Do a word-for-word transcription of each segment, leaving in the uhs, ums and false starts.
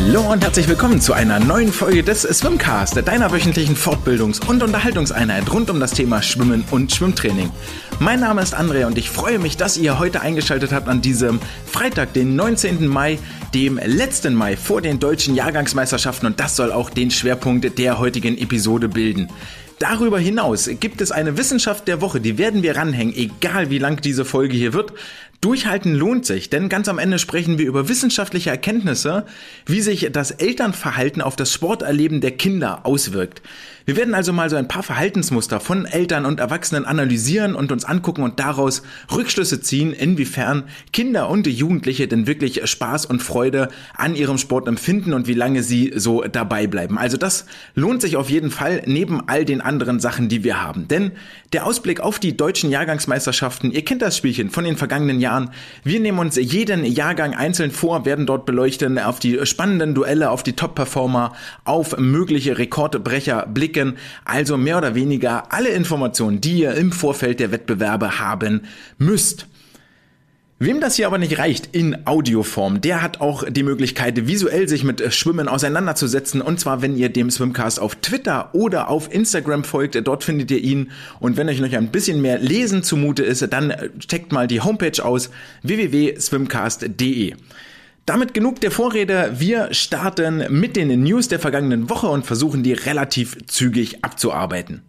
Hallo und herzlich willkommen zu einer neuen Folge des Swimcast, deiner wöchentlichen Fortbildungs- und Unterhaltungseinheit rund um das Thema Schwimmen und Schwimmtraining. Mein Name ist André und ich freue mich, dass ihr heute eingeschaltet habt an diesem Freitag, den neunzehnten Mai, dem letzten Mai vor den deutschen Jahrgangsmeisterschaften, und das soll auch den Schwerpunkt der heutigen Episode bilden. Darüber hinaus gibt es eine Wissenschaft der Woche, die werden wir ranhängen, egal wie lang diese Folge hier wird. Durchhalten lohnt sich, denn ganz am Ende sprechen wir über wissenschaftliche Erkenntnisse, wie sich das Elternverhalten auf das Sporterleben der Kinder auswirkt. Wir werden also mal so ein paar Verhaltensmuster von Eltern und Erwachsenen analysieren und uns angucken und daraus Rückschlüsse ziehen, inwiefern Kinder und Jugendliche denn wirklich Spaß und Freude an ihrem Sport empfinden und wie lange sie so dabei bleiben. Also das lohnt sich auf jeden Fall neben all den anderen Sachen, die wir haben. Denn der Ausblick auf die deutschen Jahrgangsmeisterschaften, ihr kennt das Spielchen von den vergangenen Jahren. Wir nehmen uns jeden Jahrgang einzeln vor, werden dort beleuchten, auf die spannenden Duelle, auf die Top-Performer, auf mögliche Rekordbrecher blicken. Also mehr oder weniger alle Informationen, die ihr im Vorfeld der Wettbewerbe haben müsst. Wem das hier aber nicht reicht in Audioform, der hat auch die Möglichkeit, visuell sich mit Schwimmen auseinanderzusetzen. Und zwar, wenn ihr dem Swimcast auf Twitter oder auf Instagram folgt, dort findet ihr ihn. Und wenn euch noch ein bisschen mehr Lesen zumute ist, dann checkt mal die Homepage aus, w w w punkt swimcast punkt d e. Damit genug der Vorrede. Wir starten mit den News der vergangenen Woche und versuchen, die relativ zügig abzuarbeiten.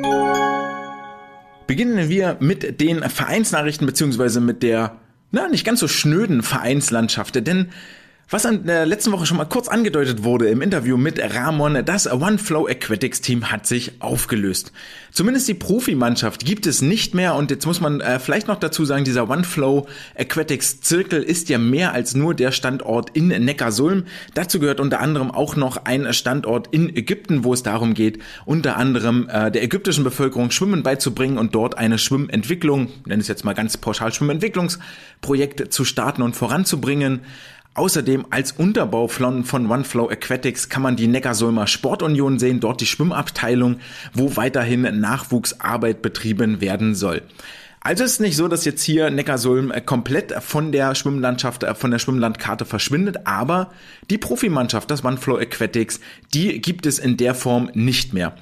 Beginnen wir mit den Vereinsnachrichten beziehungsweise mit der Na, nicht ganz so schnöden Vereinslandschaft, denn was in der letzten Woche schon mal kurz angedeutet wurde im Interview mit Ramon, das OneFlow Aquatics Team hat sich aufgelöst. Zumindest die Profimannschaft gibt es nicht mehr, und jetzt muss man äh, vielleicht noch dazu sagen, dieser OneFlow Aquatics Zirkel ist ja mehr als nur der Standort in Neckarsulm. Dazu gehört unter anderem auch noch ein Standort in Ägypten, wo es darum geht, unter anderem äh, der ägyptischen Bevölkerung Schwimmen beizubringen und dort eine Schwimmentwicklung, nenne es jetzt mal ganz pauschal Schwimmentwicklungsprojekt zu starten und voranzubringen. Außerdem als Unterbau von OneFlow Aquatics kann man die Neckarsulmer Sportunion sehen, dort die Schwimmabteilung, wo weiterhin Nachwuchsarbeit betrieben werden soll. Also ist es nicht so, dass jetzt hier Neckarsulm komplett von der Schwimmlandschaft, von der Schwimmlandkarte verschwindet, aber die Profimannschaft, das OneFlow Aquatics, die gibt es in der Form nicht mehr.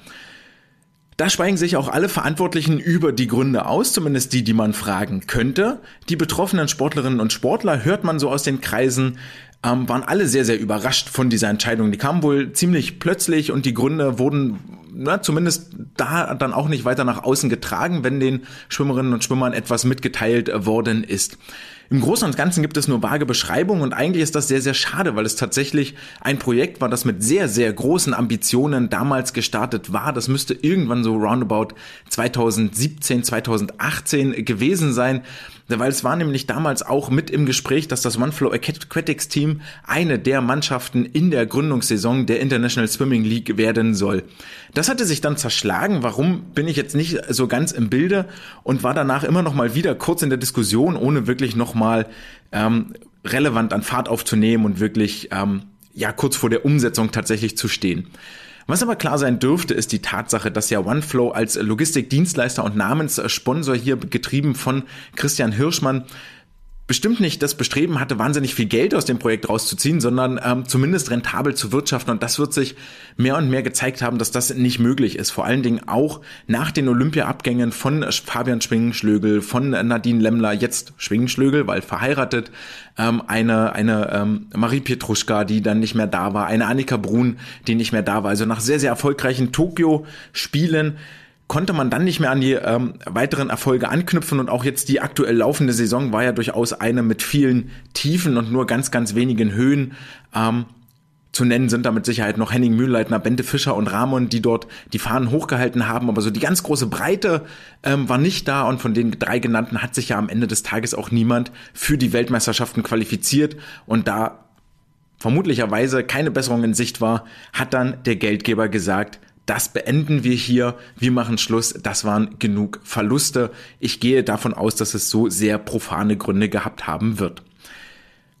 Da schweigen sich auch alle Verantwortlichen über die Gründe aus, zumindest die, die man fragen könnte. Die betroffenen Sportlerinnen und Sportler, hört man so aus den Kreisen, ähm, waren alle sehr, sehr überrascht von dieser Entscheidung. Die kamen wohl ziemlich plötzlich und die Gründe wurden na, zumindest da dann auch nicht weiter nach außen getragen, wenn den Schwimmerinnen und Schwimmern etwas mitgeteilt worden ist. Im Großen und Ganzen gibt es nur vage Beschreibungen und eigentlich ist das sehr, sehr schade, weil es tatsächlich ein Projekt war, das mit sehr, sehr großen Ambitionen damals gestartet war. Das müsste irgendwann so roundabout zweitausendsiebzehn, zweitausendachtzehn gewesen sein, weil es war nämlich damals auch mit im Gespräch, dass das OneFlow Aquatics Team eine der Mannschaften in der Gründungssaison der International Swimming League werden soll. Das hatte sich dann zerschlagen. Warum, bin ich jetzt nicht so ganz im Bilde, und war danach immer noch mal wieder kurz in der Diskussion, ohne wirklich noch mal ähm, relevant an Fahrt aufzunehmen und wirklich ähm, ja kurz vor der Umsetzung tatsächlich zu stehen. Was aber klar sein dürfte, ist die Tatsache, dass ja OneFlow als Logistikdienstleister und Namenssponsor hier getrieben von Christian Hirschmann bestimmt nicht das Bestreben hatte, wahnsinnig viel Geld aus dem Projekt rauszuziehen, sondern ähm, zumindest rentabel zu wirtschaften. Und das wird sich mehr und mehr gezeigt haben, dass das nicht möglich ist. Vor allen Dingen auch nach den Olympia-Abgängen von Fabian Schwingenschlögl, von Nadine Lemmler, jetzt Schwingenschlögl, weil verheiratet, ähm, eine eine ähm, Marie Pietruschka, die dann nicht mehr da war, eine Annika Brun, die nicht mehr da war. Also nach sehr, sehr erfolgreichen Tokio-Spielen konnte man dann nicht mehr an die ähm, weiteren Erfolge anknüpfen, und auch jetzt die aktuell laufende Saison war ja durchaus eine mit vielen Tiefen und nur ganz, ganz wenigen Höhen. Ähm, zu nennen sind da mit Sicherheit noch Henning Mühlleitner, Bente Fischer und Ramon, die dort die Fahnen hochgehalten haben, aber so die ganz große Breite ähm, war nicht da, und von den drei genannten hat sich ja am Ende des Tages auch niemand für die Weltmeisterschaften qualifiziert, und da vermutlicherweise keine Besserung in Sicht war, hat dann der Geldgeber gesagt, das beenden wir hier, wir machen Schluss, das waren genug Verluste. Ich gehe davon aus, dass es so sehr profane Gründe gehabt haben wird.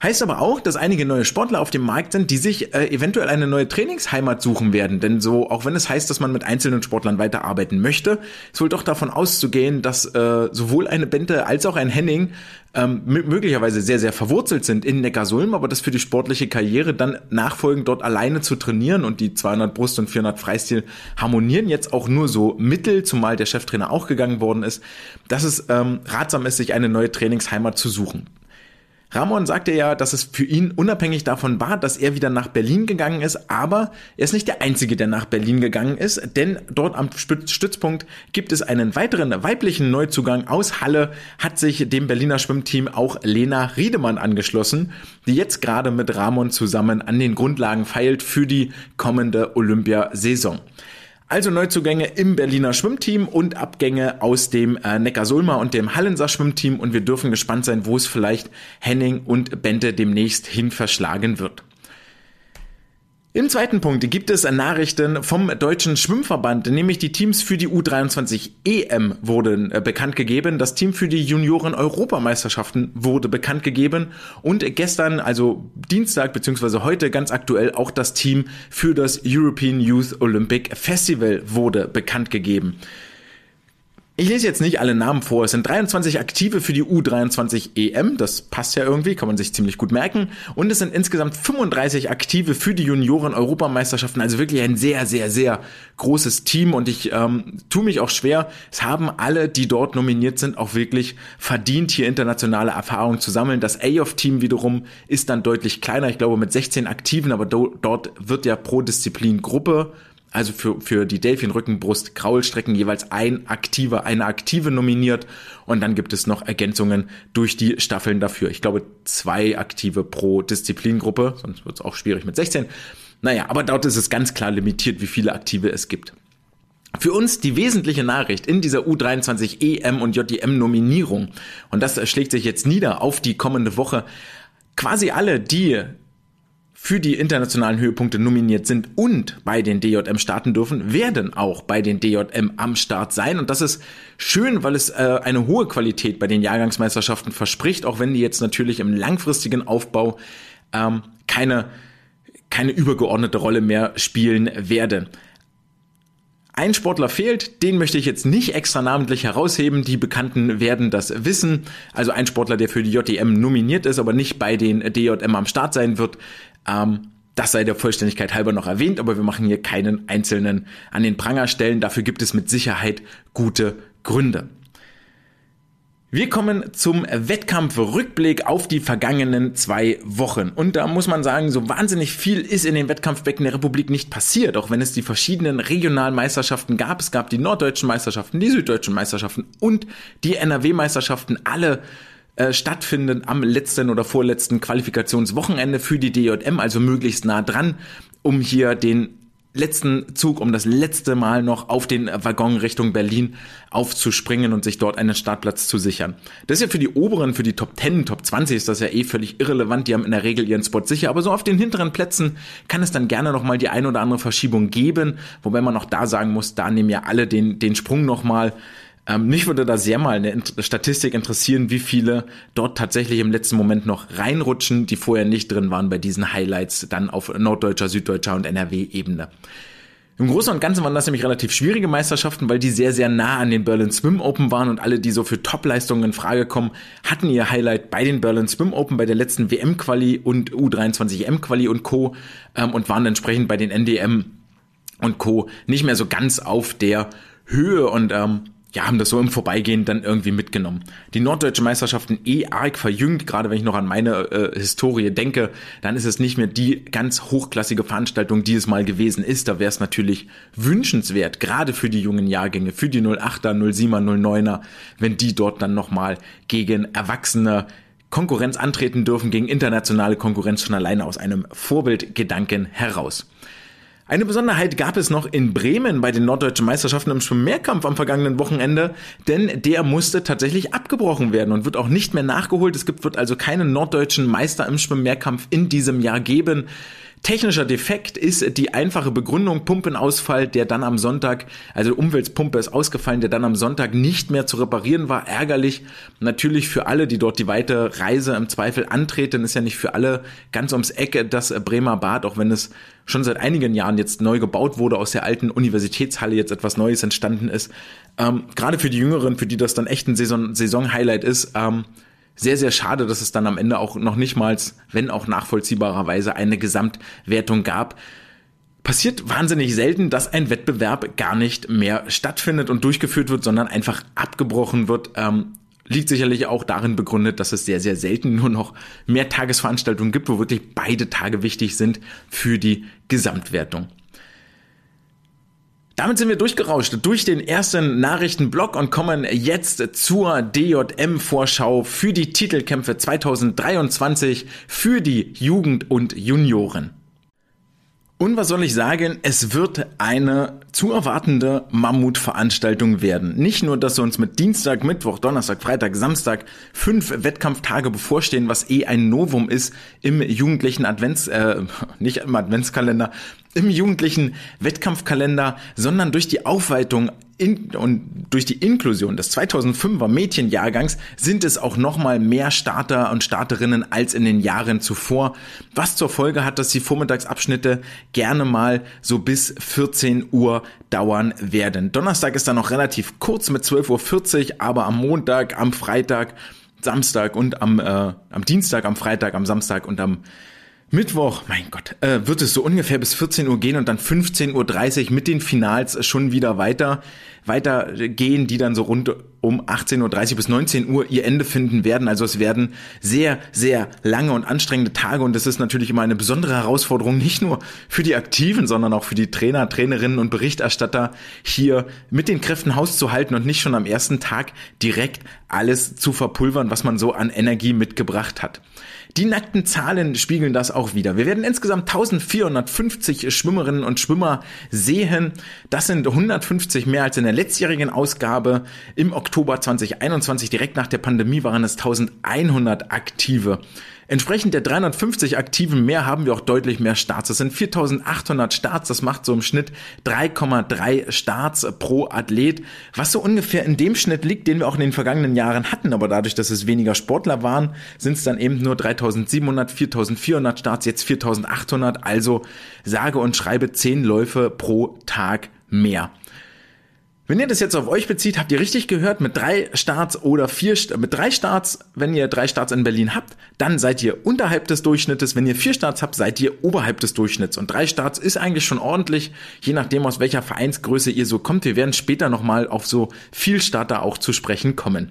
Heißt aber auch, dass einige neue Sportler auf dem Markt sind, die sich äh, eventuell eine neue Trainingsheimat suchen werden. Denn so, auch wenn es heißt, dass man mit einzelnen Sportlern weiterarbeiten möchte, ist wohl doch davon auszugehen, dass äh, sowohl eine Bente als auch ein Henning ähm, m- möglicherweise sehr, sehr verwurzelt sind in Neckarsulm, aber das für die sportliche Karriere dann nachfolgend dort alleine zu trainieren und die zweihundert Brust und vierhundert Freistil harmonieren jetzt auch nur so mittel, zumal der Cheftrainer auch gegangen worden ist, dass es ähm, ratsam ist, sich eine neue Trainingsheimat zu suchen. Ramon sagte ja, dass es für ihn unabhängig davon war, dass er wieder nach Berlin gegangen ist, aber er ist nicht der Einzige, der nach Berlin gegangen ist, denn dort am Stützpunkt gibt es einen weiteren weiblichen Neuzugang aus Halle, hat sich dem Berliner Schwimmteam auch Lena Riedemann angeschlossen, die jetzt gerade mit Ramon zusammen an den Grundlagen feilt für die kommende Olympiasaison. Also Neuzugänge im Berliner Schwimmteam und Abgänge aus dem äh, Neckarsulmer und dem Hallenser Schwimmteam und wir dürfen gespannt sein, wo es vielleicht Henning und Bente demnächst hin verschlagen wird. Im zweiten Punkt gibt es Nachrichten vom Deutschen Schwimmverband, nämlich die Teams für die U dreiundzwanzig E M wurden äh, bekannt gegeben, das Team für die Junioren-Europameisterschaften wurde bekannt gegeben und gestern, also Dienstag bzw. heute ganz aktuell, auch das Team für das European Youth Olympic Festival wurde bekannt gegeben. Ich lese jetzt nicht alle Namen vor, es sind dreiundzwanzig Aktive für die U dreiundzwanzig E M, das passt ja irgendwie, kann man sich ziemlich gut merken, und es sind insgesamt fünfunddreißig Aktive für die Junioren-Europameisterschaften, also wirklich ein sehr, sehr, sehr großes Team und ich ähm, tue mich auch schwer, es haben alle, die dort nominiert sind, auch wirklich verdient, hier internationale Erfahrungen zu sammeln. Das A O F-Team wiederum ist dann deutlich kleiner, ich glaube mit sechzehn Aktiven, aber do- dort wird ja pro Disziplin Gruppe, also für, für die Delfin, Rücken, Brust, Kraulstrecken jeweils ein Aktiver, eine Aktive nominiert und dann gibt es noch Ergänzungen durch die Staffeln dafür. Ich glaube zwei Aktive pro Disziplingruppe, sonst wird es auch schwierig mit sechzehn. Naja, aber dort ist es ganz klar limitiert, wie viele Aktive es gibt. Für uns die wesentliche Nachricht in dieser U dreiundzwanzig E M und J D M-Nominierung, und das schlägt sich jetzt nieder auf die kommende Woche, quasi alle, die für die internationalen Höhepunkte nominiert sind und bei den D J M starten dürfen, werden auch bei den D J M am Start sein. Und das ist schön, weil es äh, eine hohe Qualität bei den Jahrgangsmeisterschaften verspricht, auch wenn die jetzt natürlich im langfristigen Aufbau ähm, keine, keine übergeordnete Rolle mehr spielen werden. Ein Sportler fehlt, den möchte ich jetzt nicht extra namentlich herausheben, die Bekannten werden das wissen. Also ein Sportler, der für die J D M nominiert ist, aber nicht bei den D J M am Start sein wird. Ähm, das sei der Vollständigkeit halber noch erwähnt, aber wir machen hier keinen einzelnen an den Pranger stellen. Dafür gibt es mit Sicherheit gute Gründe. Wir kommen zum Wettkampfrückblick auf die vergangenen zwei Wochen. Und da muss man sagen, so wahnsinnig viel ist in den Wettkampfbecken der Republik nicht passiert, auch wenn es die verschiedenen regionalen Meisterschaften gab. Es gab die norddeutschen Meisterschaften, die süddeutschen Meisterschaften und die N R W-Meisterschaften, alle äh, stattfinden am letzten oder vorletzten Qualifikationswochenende für die D J M, also möglichst nah dran, um hier den letzten Zug, um das letzte Mal noch auf den Waggon Richtung Berlin aufzuspringen und sich dort einen Startplatz zu sichern. Das ist ja für die oberen, für die Top zehn, Top zwanzig ist das ja eh völlig irrelevant, die haben in der Regel ihren Spot sicher, aber so auf den hinteren Plätzen kann es dann gerne nochmal die ein oder andere Verschiebung geben, wobei man auch da sagen muss, da nehmen ja alle den, den Sprung nochmal. Ähm, mich würde da sehr mal eine Statistik interessieren, wie viele dort tatsächlich im letzten Moment noch reinrutschen, die vorher nicht drin waren bei diesen Highlights, dann auf norddeutscher, süddeutscher und N R W-Ebene. Im Großen und Ganzen waren das nämlich relativ schwierige Meisterschaften, weil die sehr, sehr nah an den Berlin Swim Open waren und alle, die so für Top-Leistungen in Frage kommen, hatten ihr Highlight bei den Berlin Swim Open, bei der letzten W M-Quali und U dreiundzwanzig E M-Quali und Co. Ähm, und waren entsprechend bei den N D M und Co. nicht mehr so ganz auf der Höhe und ähm, ja, haben das so im Vorbeigehen dann irgendwie mitgenommen. Die norddeutsche Meisterschaften eh arg verjüngt, gerade wenn ich noch an meine äh, Historie denke, dann ist es nicht mehr die ganz hochklassige Veranstaltung, die es mal gewesen ist. Da wäre es natürlich wünschenswert, gerade für die jungen Jahrgänge, für die null achter, null siebener, null neuner, wenn die dort dann nochmal gegen erwachsene Konkurrenz antreten dürfen, gegen internationale Konkurrenz schon alleine aus einem Vorbildgedanken heraus. Eine Besonderheit gab es noch in Bremen bei den norddeutschen Meisterschaften im Schwimmmehrkampf am vergangenen Wochenende, denn der musste tatsächlich abgebrochen werden und wird auch nicht mehr nachgeholt. Es gibt, wird also keinen norddeutschen Meister im Schwimmmehrkampf in diesem Jahr geben. Technischer Defekt ist die einfache Begründung, Pumpenausfall, der dann am Sonntag, also Umweltpumpe ist ausgefallen, der dann am Sonntag nicht mehr zu reparieren war. Ärgerlich natürlich für alle, die dort die weite Reise im Zweifel antreten. Ist ja nicht für alle ganz ums Eck das Bremer Bad, auch wenn es schon seit einigen Jahren jetzt neu gebaut wurde, aus der alten Universitätshalle jetzt etwas Neues entstanden ist. Ähm, gerade für die Jüngeren, für die das dann echt ein Saison, Saison-Highlight ist, ähm, sehr, sehr schade, dass es dann am Ende auch noch nicht mal, wenn auch nachvollziehbarerweise, eine Gesamtwertung gab. Passiert wahnsinnig selten, dass ein Wettbewerb gar nicht mehr stattfindet und durchgeführt wird, sondern einfach abgebrochen wird. Ähm, liegt sicherlich auch darin begründet, dass es sehr, sehr selten nur noch Mehrtagesveranstaltungen gibt, wo wirklich beide Tage wichtig sind für die Gesamtwertung. Damit sind wir durchgerauscht durch den ersten Nachrichtenblock und kommen jetzt zur D J M-Vorschau für die Titelkämpfe zwanzig dreiundzwanzig für die Jugend und Junioren. Und was soll ich sagen, es wird eine zu erwartende Mammutveranstaltung werden. Nicht nur, dass uns mit Dienstag, Mittwoch, Donnerstag, Freitag, Samstag fünf Wettkampftage bevorstehen, was eh ein Novum ist im jugendlichen Advents, äh, nicht im Adventskalender, im jugendlichen Wettkampfkalender, sondern durch die Aufweitung in, und durch die Inklusion des zweitausendfünfer Mädchenjahrgangs sind es auch nochmal mehr Starter und Starterinnen als in den Jahren zuvor, was zur Folge hat, dass die Vormittagsabschnitte gerne mal so bis vierzehn Uhr dauern werden. Donnerstag ist dann noch relativ kurz mit zwölf Uhr vierzig, aber am Montag, am Freitag, Samstag und am, äh, am Dienstag, am Freitag, am Samstag und am Mittwoch, mein Gott, äh, wird es so ungefähr bis vierzehn Uhr gehen und dann fünfzehn Uhr dreißig mit den Finals schon wieder weiter, weiter gehen, die dann so rund um achtzehn Uhr dreißig bis neunzehn Uhr ihr Ende finden werden. Also es werden sehr, sehr lange und anstrengende Tage und es ist natürlich immer eine besondere Herausforderung, nicht nur für die Aktiven, sondern auch für die Trainer, Trainerinnen und Berichterstatter, hier mit den Kräften Haus zu halten und nicht schon am ersten Tag direkt alles zu verpulvern, was man so an Energie mitgebracht hat. Die nackten Zahlen spiegeln das auch wieder. Wir werden insgesamt eintausendvierhundertfünfzig Schwimmerinnen und Schwimmer sehen. Das sind hundertfünfzig mehr als in der letztjährigen Ausgabe. Im Oktober zwanzig einundzwanzig, direkt nach der Pandemie, waren es eintausendeinhundert Aktive. Entsprechend der dreihundertfünfzig Aktiven mehr haben wir auch deutlich mehr Starts. Das sind viertausendachthundert Starts, das macht so im Schnitt drei Komma drei Starts pro Athlet, was so ungefähr in dem Schnitt liegt, den wir auch in den vergangenen Jahren hatten. Aber dadurch, dass es weniger Sportler waren, sind es dann eben nur dreitausendsiebenhundert, viertausendvierhundert Starts, jetzt viertausendachthundert, also sage und schreibe zehn Läufe pro Tag mehr. Wenn ihr das jetzt auf euch bezieht, habt ihr richtig gehört, mit drei Starts oder vier, mit drei Starts, wenn ihr drei Starts in Berlin habt, dann seid ihr unterhalb des Durchschnittes. Wenn ihr vier Starts habt, seid ihr oberhalb des Durchschnitts. Und drei Starts ist eigentlich schon ordentlich, je nachdem, aus welcher Vereinsgröße ihr so kommt. Wir werden später nochmal auf so Vielstarter auch zu sprechen kommen.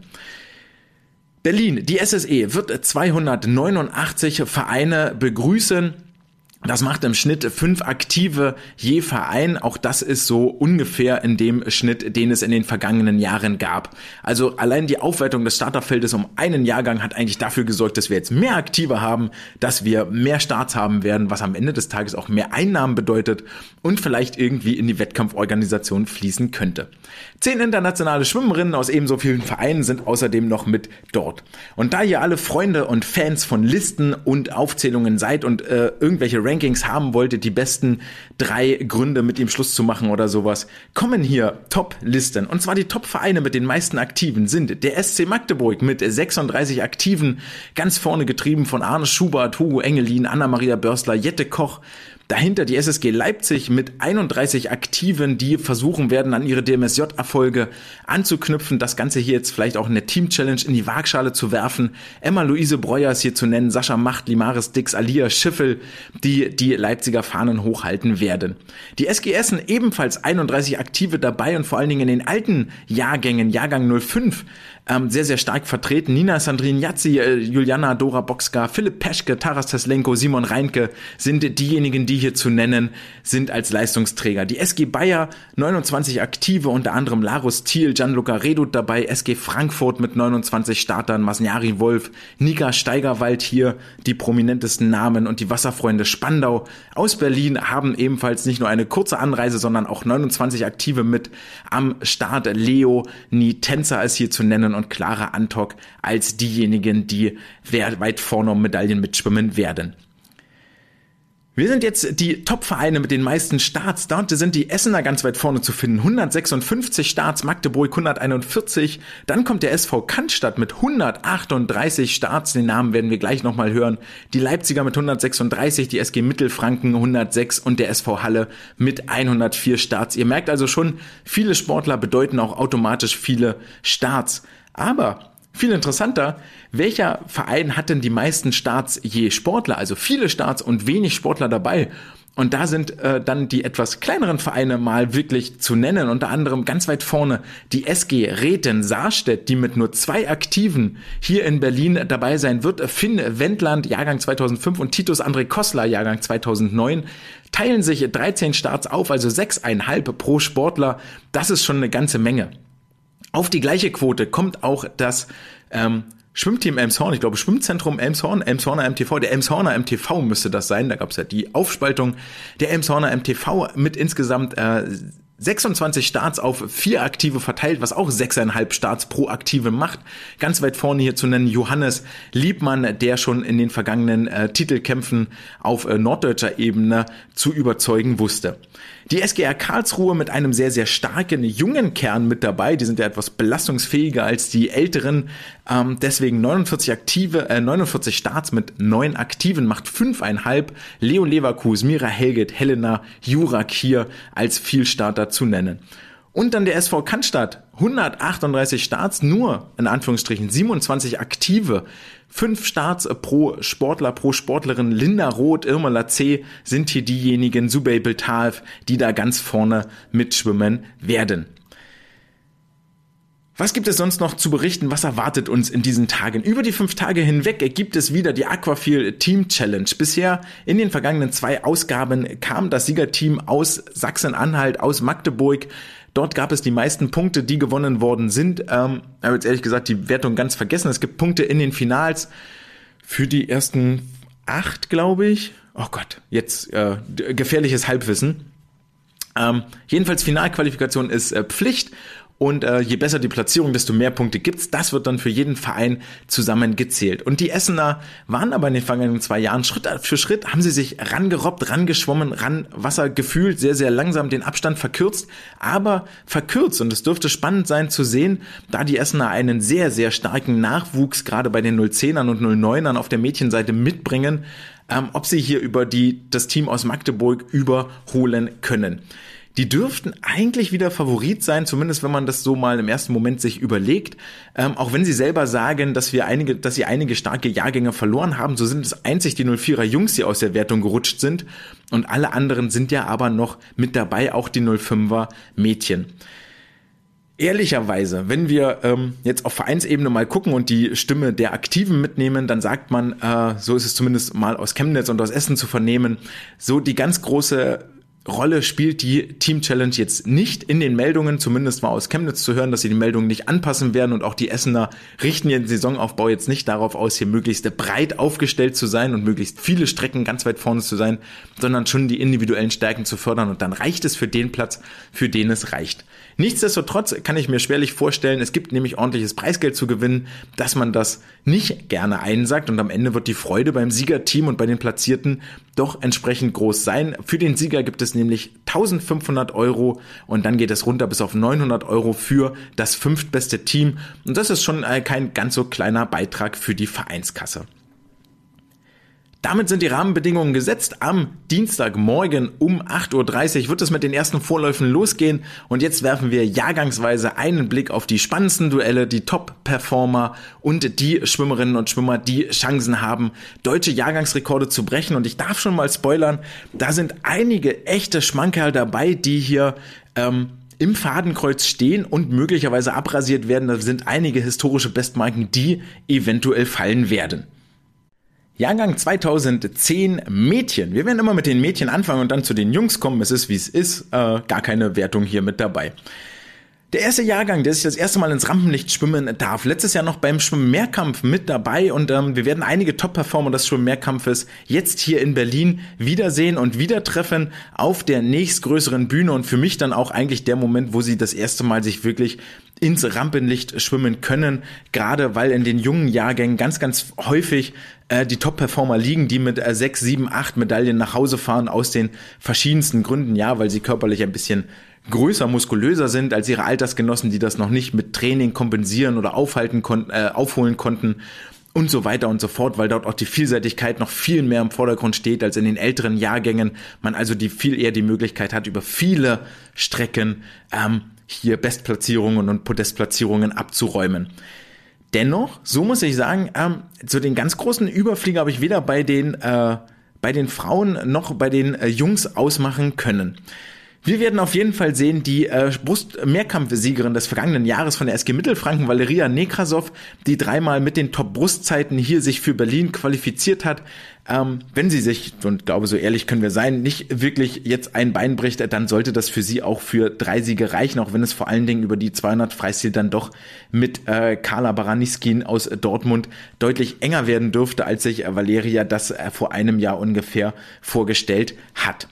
Berlin, die S S E, wird zweihundertneunundachtzig Vereine begrüßen. Das macht im Schnitt fünf Aktive je Verein. Auch das ist so ungefähr in dem Schnitt, den es in den vergangenen Jahren gab. Also allein die Aufwertung des Starterfeldes um einen Jahrgang hat eigentlich dafür gesorgt, dass wir jetzt mehr Aktive haben, dass wir mehr Starts haben werden, was am Ende des Tages auch mehr Einnahmen bedeutet und vielleicht irgendwie in die Wettkampforganisation fließen könnte. Zehn internationale Schwimmerinnen aus ebenso vielen Vereinen sind außerdem noch mit dort. Und da ihr alle Freunde und Fans von Listen und Aufzählungen seid und äh, irgendwelche Rankings haben wolltet, die besten drei Gründe mit ihm Schluss zu machen oder sowas, kommen hier Top-Listen. Und zwar die Top-Vereine mit den meisten Aktiven sind der S C Magdeburg mit sechsunddreißig Aktiven, ganz vorne getrieben von Arne Schubert, Hugo Engelin, Anna-Maria Börstler, Jette Koch. Dahinter die S S G Leipzig mit einunddreißig Aktiven, die versuchen werden, an ihre D M S J-Erfolge anzuknüpfen. Das Ganze hier jetzt vielleicht auch in der Team-Challenge in die Waagschale zu werfen. Emma-Luise Breuer ist hier zu nennen, Sascha Macht, Limaris Dix, Alia Schiffel, die die Leipziger Fahnen hochhalten werden. Die S G Essen ebenfalls einunddreißig Aktive dabei und vor allen Dingen in den alten Jahrgängen, Jahrgang null fünf, ähm, sehr, sehr stark vertreten. Nina Sandrine Jazzi, äh, Juliana Dora Boxka, Philipp Peschke, Taras Teslenko, Simon Reinke sind diejenigen, die hier zu nennen sind als Leistungsträger. Die S G Bayer, neunundzwanzig Aktive, unter anderem Larus Thiel, Gianluca Redut dabei, S G Frankfurt mit neunundzwanzig Startern, Masniari Wolf, Nika Steigerwald hier, die prominentesten Namen, und die Wasserfreunde Spandau aus Berlin haben ebenfalls nicht nur eine kurze Anreise, sondern auch neunundzwanzig Aktive mit am Start. Leo Nitenza ist hier zu nennen und Clara Antok als diejenigen, die weit vorne um Medaillen mitschwimmen werden. Wir sind jetzt die Top-Vereine mit den meisten Starts. Dort sind die Essener ganz weit vorne zu finden. hundertsechsundfünfzig Starts, Magdeburg hunderteinundvierzig. Dann kommt der S V Cannstatt mit hundertachtunddreißig Starts. Den Namen werden wir gleich nochmal hören. Die Leipziger mit hundertsechsunddreißig, die S G Mittelfranken hundertsechs und der S V Halle mit hundertvier Starts. Ihr merkt also schon, viele Sportler bedeuten auch automatisch viele Starts. Aber viel interessanter, welcher Verein hat denn die meisten Starts je Sportler, also viele Starts und wenig Sportler dabei? Und da sind äh, dann die etwas kleineren Vereine mal wirklich zu nennen, unter anderem ganz weit vorne die S G Rheten-Saarstedt, die mit nur zwei Aktiven hier in Berlin dabei sein wird. Finn Wendland, Jahrgang zweitausendfünf und Titus André Kossler, Jahrgang zweitausendneun, teilen sich dreizehn Starts auf, also sechseinhalb pro Sportler. Das ist schon eine ganze Menge. Auf die gleiche Quote kommt auch das ähm, Schwimmteam Elmshorn, ich glaube Schwimmzentrum Elmshorn, Elmshorner M T V, der Elmshorner M T V müsste das sein, da gab es ja die Aufspaltung, der Elmshorner M T V mit insgesamt äh, sechsundzwanzig Starts auf vier Aktive verteilt, was auch sechseinhalb Starts pro Aktive macht. Ganz weit vorne hier zu nennen Johannes Liebmann, der schon in den vergangenen äh, Titelkämpfen auf äh, norddeutscher Ebene zu überzeugen wusste. Die S G R Karlsruhe mit einem sehr, sehr starken jungen Kern mit dabei. Die sind ja etwas belastungsfähiger als die älteren. Ähm, deswegen neunundvierzig aktive, äh, neunundvierzig Starts mit neun Aktiven macht fünfeinhalb. Leo Leverkus, Mira Helget, Helena Jurak hier als Vielstarter zu nennen. Und dann der S V Cannstatt, hundertachtunddreißig Starts, nur in Anführungsstrichen siebenundzwanzig Aktive, fünf Starts pro Sportler, pro Sportlerin. Linda Roth, Irmela C. sind hier diejenigen, Subey Beltaev, die da ganz vorne mitschwimmen werden. Was gibt es sonst noch zu berichten? Was erwartet uns in diesen Tagen? Über die fünf Tage hinweg gibt es wieder die Aquafil Team Challenge. Bisher in den vergangenen zwei Ausgaben kam das Siegerteam aus Sachsen-Anhalt, aus Magdeburg. Dort gab es die meisten Punkte, die gewonnen worden sind. Ähm, ich habe jetzt ehrlich gesagt die Wertung ganz vergessen. Es gibt Punkte in den Finals für die ersten acht, glaube ich. Oh Gott, jetzt äh, gefährliches Halbwissen. Ähm, jedenfalls Finalqualifikation ist äh, Pflicht. Und äh, je besser die Platzierung, desto mehr Punkte gibt's. Das wird dann für jeden Verein zusammen gezählt. Und die Essener waren aber in den vergangenen zwei Jahren Schritt für Schritt, haben sie sich rangerobbt, rangeschwommen, ran Wasser gefühlt, sehr, sehr langsam den Abstand verkürzt, aber verkürzt. Und es dürfte spannend sein zu sehen, da die Essener einen sehr, sehr starken Nachwuchs gerade bei den null zehnern und null neunern auf der Mädchenseite mitbringen, ähm, ob sie hier über die das Team aus Magdeburg überholen können. Die dürften eigentlich wieder Favorit sein, zumindest wenn man das so mal im ersten Moment sich überlegt. Ähm, auch wenn sie selber sagen, dass wir einige, dass sie einige starke Jahrgänge verloren haben, so sind es einzig die null vierer Jungs, die aus der Wertung gerutscht sind. Und alle anderen sind ja aber noch mit dabei, auch die null fünfer Mädchen. Ehrlicherweise, wenn wir ähm, jetzt auf Vereinsebene mal gucken und die Stimme der Aktiven mitnehmen, dann sagt man, äh, so ist es zumindest mal aus Chemnitz und aus Essen zu vernehmen, so die ganz große Rolle spielt die Team Challenge jetzt nicht in den Meldungen, zumindest war aus Chemnitz zu hören, dass sie die Meldungen nicht anpassen werden und auch die Essener richten ihren Saisonaufbau jetzt nicht darauf aus, hier möglichst breit aufgestellt zu sein und möglichst viele Strecken ganz weit vorne zu sein, sondern schon die individuellen Stärken zu fördern und dann reicht es für den Platz, für den es reicht. Nichtsdestotrotz kann ich mir schwerlich vorstellen, es gibt nämlich ordentliches Preisgeld zu gewinnen, dass man das nicht gerne einsagt und am Ende wird die Freude beim Siegerteam und bei den Platzierten doch entsprechend groß sein. Für den Sieger gibt es nämlich eintausendfünfhundert Euro und dann geht es runter bis auf neunhundert Euro für das fünftbeste Team und das ist schon kein ganz so kleiner Beitrag für die Vereinskasse. Damit sind die Rahmenbedingungen gesetzt. Am Dienstagmorgen um acht Uhr dreißig wird es mit den ersten Vorläufen losgehen. Und jetzt werfen wir jahrgangsweise einen Blick auf die spannendsten Duelle, die Top-Performer und die Schwimmerinnen und Schwimmer, die Chancen haben, deutsche Jahrgangsrekorde zu brechen. Und ich darf schon mal spoilern, da sind einige echte Schmankerl dabei, die hier ähm, im Fadenkreuz stehen und möglicherweise abrasiert werden. Da sind einige historische Bestmarken, die eventuell fallen werden. Jahrgang zweitausendzehn Mädchen. Wir werden immer mit den Mädchen anfangen und dann zu den Jungs kommen. Es ist, wie es ist. Äh, gar keine Wertung hier mit dabei. Der erste Jahrgang, der sich das erste Mal ins Rampenlicht schwimmen darf, letztes Jahr noch beim Schwimmmehrkampf mit dabei und ähm, wir werden einige Top-Performer des Schwimmmehrkampfes jetzt hier in Berlin wiedersehen und wieder treffen auf der nächstgrößeren Bühne und für mich dann auch eigentlich der Moment, wo sie das erste Mal sich wirklich ins Rampenlicht schwimmen können, gerade weil in den jungen Jahrgängen ganz, ganz häufig äh, die Top-Performer liegen, die mit äh, sechs, sieben, acht Medaillen nach Hause fahren aus den verschiedensten Gründen, ja, weil sie körperlich ein bisschen größer, muskulöser sind als ihre Altersgenossen, die das noch nicht mit Training kompensieren oder aufhalten konnten, äh, aufholen konnten und so weiter und so fort, weil dort auch die Vielseitigkeit noch viel mehr im Vordergrund steht als in den älteren Jahrgängen. Man also die viel eher die Möglichkeit hat, über viele Strecken ähm, hier Bestplatzierungen und Podestplatzierungen abzuräumen. Dennoch, so muss ich sagen, ähm, zu den ganz großen Überflieger habe ich weder bei den äh, bei den Frauen noch bei den äh, Jungs ausmachen können. Wir werden auf jeden Fall sehen, die äh, Brust-Mehrkampfsiegerin des vergangenen Jahres von der S G Mittelfranken, Valeria Nekrasov, die dreimal mit den Top-Brustzeiten hier sich für Berlin qualifiziert hat. Ähm, wenn sie sich, und glaube, so ehrlich können wir sein, nicht wirklich jetzt ein Bein bricht, dann sollte das für sie auch für drei Siege reichen, auch wenn es vor allen Dingen über die zweihundert Freistil dann doch mit äh, Carla Baraniskin aus Dortmund deutlich enger werden dürfte, als sich äh, Valeria das äh, vor einem Jahr ungefähr vorgestellt hat.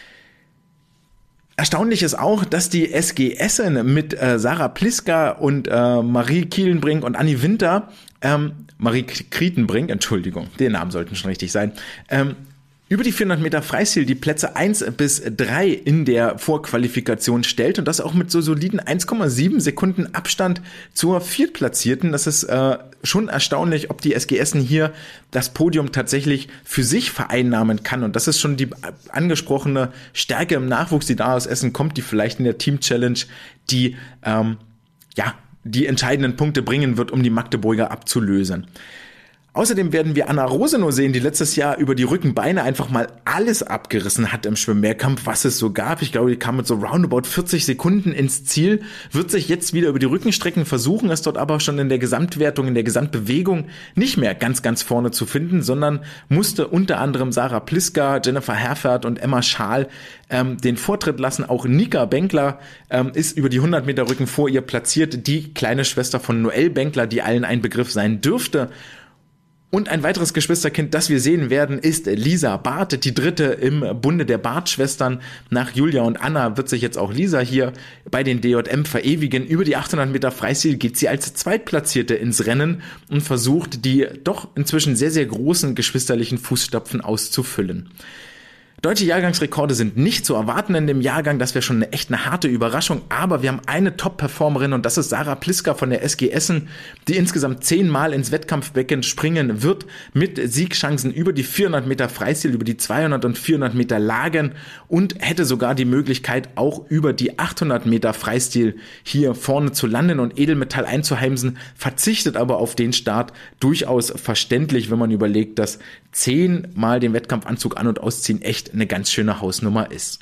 Erstaunlich ist auch, dass die S G Essen mit äh, Sarah Pliska und äh, Marie Kielenbrink und Anni Winter, ähm, Marie Krietenbrink, Entschuldigung, die Namen sollten schon richtig sein, ähm, über die vierhundert Meter Freistil die Plätze eins bis drei in der Vorqualifikation stellt und das auch mit so soliden eins Komma sieben Sekunden Abstand zur Viertplatzierten. Das ist äh, schon erstaunlich, ob die S G Essen hier das Podium tatsächlich für sich vereinnahmen kann. Und das ist schon die angesprochene Stärke im Nachwuchs, die da aus Essen kommt, die vielleicht in der Team Challenge die, ähm, ja, die entscheidenden Punkte bringen wird, um die Magdeburger abzulösen. Außerdem werden wir Anna Rosenow sehen, die letztes Jahr über die Rückenbeine einfach mal alles abgerissen hat im Schwimmmehrkampf, was es so gab. Ich glaube, die kam mit so roundabout vierzig Sekunden ins Ziel, wird sich jetzt wieder über die Rückenstrecken versuchen, ist dort aber schon in der Gesamtwertung, in der Gesamtbewegung nicht mehr ganz, ganz vorne zu finden, sondern musste unter anderem Sarah Pliska, Jennifer Herfert und Emma Schaal ähm, den Vortritt lassen. Auch Nika Benkler ähm, ist über die hundert Meter Rücken vor ihr platziert, die kleine Schwester von Noelle Benkler, die allen ein Begriff sein dürfte. Und ein weiteres Geschwisterkind, das wir sehen werden, ist Lisa Barth, die dritte im Bunde der Barth-Schwestern. Nach Julia und Anna wird sich jetzt auch Lisa hier bei den D J M verewigen. Über die achthundert Meter Freistil geht sie als Zweitplatzierte ins Rennen und versucht, die doch inzwischen sehr, sehr großen geschwisterlichen Fußstapfen auszufüllen. Deutsche Jahrgangsrekorde sind nicht zu erwarten in dem Jahrgang, das wäre schon eine echt eine harte Überraschung, aber wir haben eine Top-Performerin und das ist Sarah Pliska von der S G Essen, die insgesamt zehnmal ins Wettkampfbecken springen wird, mit Siegchancen über die vierhundert Meter Freistil, über die zweihundert und vierhundert Meter Lagen und hätte sogar die Möglichkeit, auch über die achthundert Meter Freistil hier vorne zu landen und Edelmetall einzuheimsen, verzichtet aber auf den Start, durchaus verständlich, wenn man überlegt, dass zehnmal den Wettkampfanzug an- und ausziehen echt eine ganz schöne Hausnummer ist.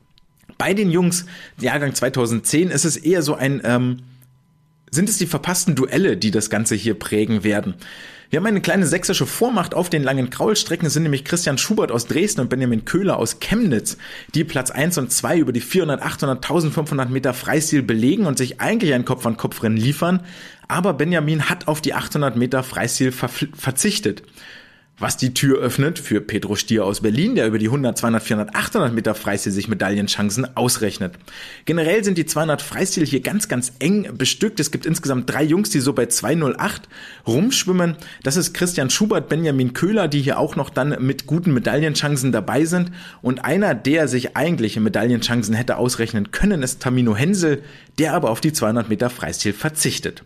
Bei den Jungs, Jahrgang zweitausendzehn, ist es eher so ein, ähm, sind es die verpassten Duelle, die das Ganze hier prägen werden. Wir haben eine kleine sächsische Vormacht auf den langen Kraulstrecken, es sind nämlich Christian Schubert aus Dresden und Benjamin Köhler aus Chemnitz, die Platz eins und zwei über die vierhundert, achthundert, eintausendfünfhundert Meter Freistil belegen und sich eigentlich ein Kopf-an-Kopf-Rennen liefern, aber Benjamin hat auf die achthundert Meter Freistil ver- verzichtet. Was die Tür öffnet für Pedro Stier aus Berlin, der über die hundert, zweihundert, vierhundert, achthundert Meter Freistil sich Medaillenchancen ausrechnet. Generell sind die zweihundert Freistil hier ganz, ganz eng bestückt. Es gibt insgesamt drei Jungs, die so bei zwei null acht rumschwimmen. Das ist Christian Schubert, Benjamin Köhler, die hier auch noch dann mit guten Medaillenchancen dabei sind. Und einer, der sich eigentliche Medaillenchancen hätte ausrechnen können, ist Tamino Hensel, der aber auf die zweihundert Meter Freistil verzichtet.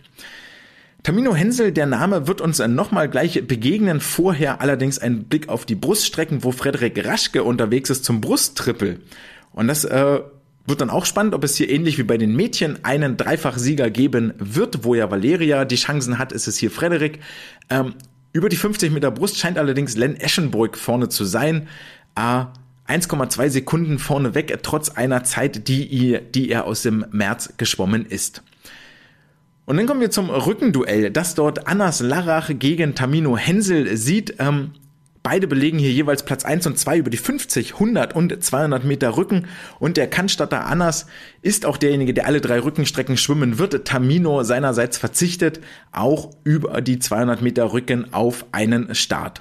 Tamino Hensel, der Name wird uns nochmal gleich begegnen, vorher allerdings ein Blick auf die Bruststrecken, wo Frederik Raschke unterwegs ist zum Brusttrippel. Und das äh, wird dann auch spannend, ob es hier ähnlich wie bei den Mädchen einen Dreifachsieger geben wird, wo ja Valeria die Chancen hat, ist es hier Frederik. Ähm, über die fünfzig Meter Brust scheint allerdings Len Eschenburg vorne zu sein. Äh, eins Komma zwei Sekunden vorne weg, trotz einer Zeit, die, die er aus dem März geschwommen ist. Und dann kommen wir zum Rückenduell, das dort Annas Larrach gegen Tamino Hensel sieht. Ähm, Beide belegen hier jeweils Platz eins und zwei über die fünfzig, hundert und zweihundert Meter Rücken. Und der Cannstatter Anas ist auch derjenige, der alle drei Rückenstrecken schwimmen wird. Tamino seinerseits verzichtet auch über die zweihundert Meter Rücken auf einen Start.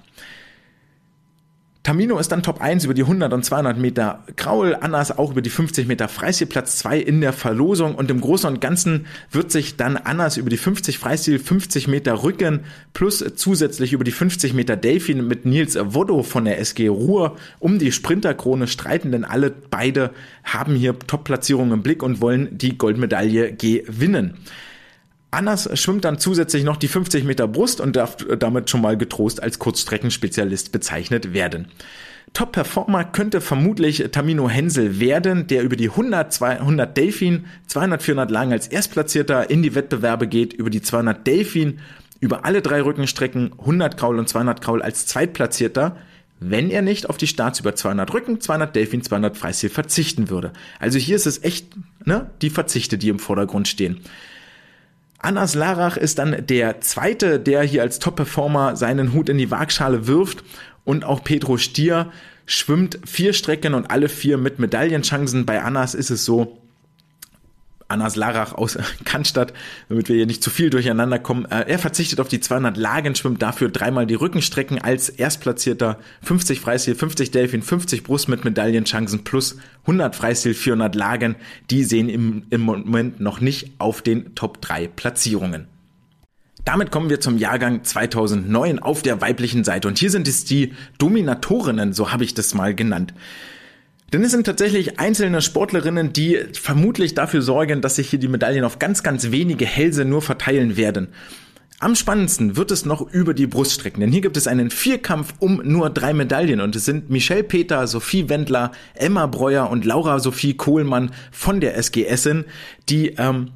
Tamino ist dann Top eins über die hundert und zweihundert Meter Kraul, Anas auch über die fünfzig Meter Freistil, Platz zwei in der Verlosung, und im Großen und Ganzen wird sich dann Anas über die fünfzig Freistil, fünfzig Meter Rücken plus zusätzlich über die fünfzig Meter Delfin mit Nils Woddo von der S G Ruhr um die Sprinterkrone streiten, denn alle beide haben hier Top-Platzierungen im Blick und wollen die Goldmedaille gewinnen. Anas schwimmt dann zusätzlich noch die fünfzig Meter Brust und darf damit schon mal getrost als Kurzstreckenspezialist bezeichnet werden. Top-Performer könnte vermutlich Tamino Hensel werden, der über die hundert, zweihundert Delfin, zweihundert, vierhundert Lagen als Erstplatzierter in die Wettbewerbe geht, über die zweihundert Delfin, über alle drei Rückenstrecken, hundert Kraul und zweihundert Kraul als Zweitplatzierter, wenn er nicht auf die Starts über zweihundert Rücken, zweihundert Delfin, zweihundert Freistil verzichten würde. Also hier ist es echt, ne, die Verzichte, die im Vordergrund stehen. Anas Larach ist dann der Zweite, der hier als Top-Performer seinen Hut in die Waagschale wirft, und auch Pedro Stier schwimmt vier Strecken und alle vier mit Medaillenchancen. Bei Anas ist es so, Anas Larach aus Cannstatt, damit wir hier nicht zu viel durcheinander kommen. Er verzichtet auf die zweihundert Lagen, schwimmt dafür dreimal die Rückenstrecken als Erstplatzierter, fünfzig Freistil, fünfzig Delfin, fünfzig Brust mit Medaillenchancen plus hundert Freistil, vierhundert Lagen. Die sehen im, im Moment noch nicht auf den Top drei Platzierungen. Damit kommen wir zum Jahrgang zweitausendneun auf der weiblichen Seite. Und hier sind es die Dominatorinnen, so habe ich das mal genannt. Denn es sind tatsächlich einzelne Sportlerinnen, die vermutlich dafür sorgen, dass sich hier die Medaillen auf ganz, ganz wenige Hälse nur verteilen werden. Am spannendsten wird es noch über die Bruststrecken, denn hier gibt es einen Vierkampf um nur drei Medaillen und es sind Michelle Peter, Sophie Wendler, Emma Breuer und Laura Sophie Kohlmann von der S G Essen, die ähm,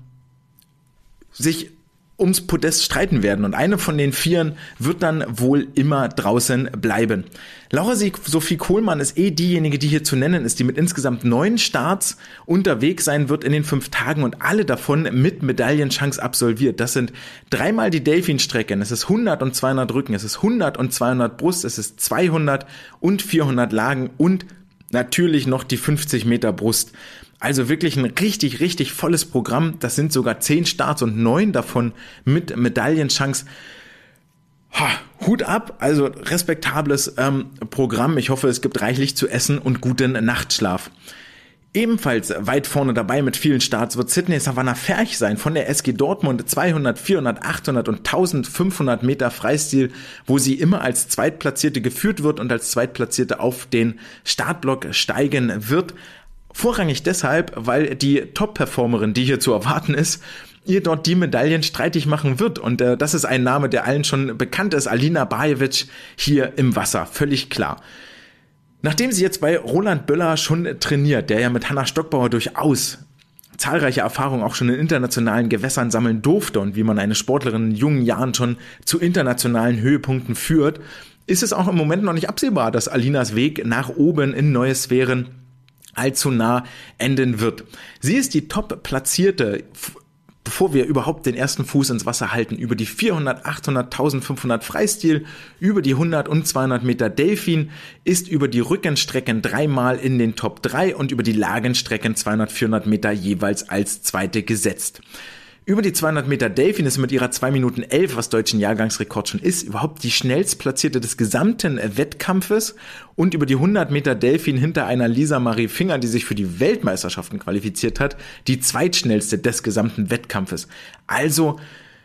sich ums Podest streiten werden, und eine von den Vieren wird dann wohl immer draußen bleiben. Laura Sophie Kohlmann ist eh diejenige, die hier zu nennen ist, die mit insgesamt neun Starts unterwegs sein wird in den fünf Tagen und alle davon mit Medaillenchance absolviert. Das sind dreimal die Delfinstrecken, es ist hundert und zweihundert Rücken, es ist hundert und zweihundert Brust, es ist zweihundert und vierhundert Lagen und natürlich noch die fünfzig Meter Brust. Also wirklich ein richtig, richtig volles Programm. Das sind sogar zehn Starts und neun davon mit Medaillenchance. Ha, Hut ab, also respektables ähm, Programm. Ich hoffe, es gibt reichlich zu essen und guten Nachtschlaf. Ebenfalls weit vorne dabei mit vielen Starts wird Sydney Savannah Ferch sein von der S G Dortmund, zweihundert, vierhundert, achthundert und eintausendfünfhundert Meter Freistil, wo sie immer als Zweitplatzierte geführt wird und als Zweitplatzierte auf den Startblock steigen wird. Vorrangig deshalb, weil die Top-Performerin, die hier zu erwarten ist, ihr dort die Medaillen streitig machen wird. Und äh, das ist ein Name, der allen schon bekannt ist, Alina Bajevic hier im Wasser, völlig klar. Nachdem sie jetzt bei Roland Böller schon trainiert, der ja mit Hanna Stockbauer durchaus zahlreiche Erfahrungen auch schon in internationalen Gewässern sammeln durfte und wie man eine Sportlerin in jungen Jahren schon zu internationalen Höhepunkten führt, ist es auch im Moment noch nicht absehbar, dass Alinas Weg nach oben in neue Sphären allzu nah enden wird. Sie ist die Top-Platzierte, bevor wir überhaupt den ersten Fuß ins Wasser halten, über die vierhundert, achthundert, eintausendfünfhundert Freistil, über die hundert und zweihundert Meter Delfin, ist über die Rückenstrecken dreimal in den Top drei und über die Lagenstrecken zweihundert, vierhundert Meter jeweils als Zweite gesetzt. Über die zweihundert Meter Delfin ist mit ihrer zwei Minuten elf, was deutschen Jahrgangsrekord schon ist, überhaupt die schnellstplatzierte des gesamten Wettkampfes, und über die hundert Meter Delfin hinter einer Lisa Marie Finger, die sich für die Weltmeisterschaften qualifiziert hat, die zweitschnellste des gesamten Wettkampfes. Also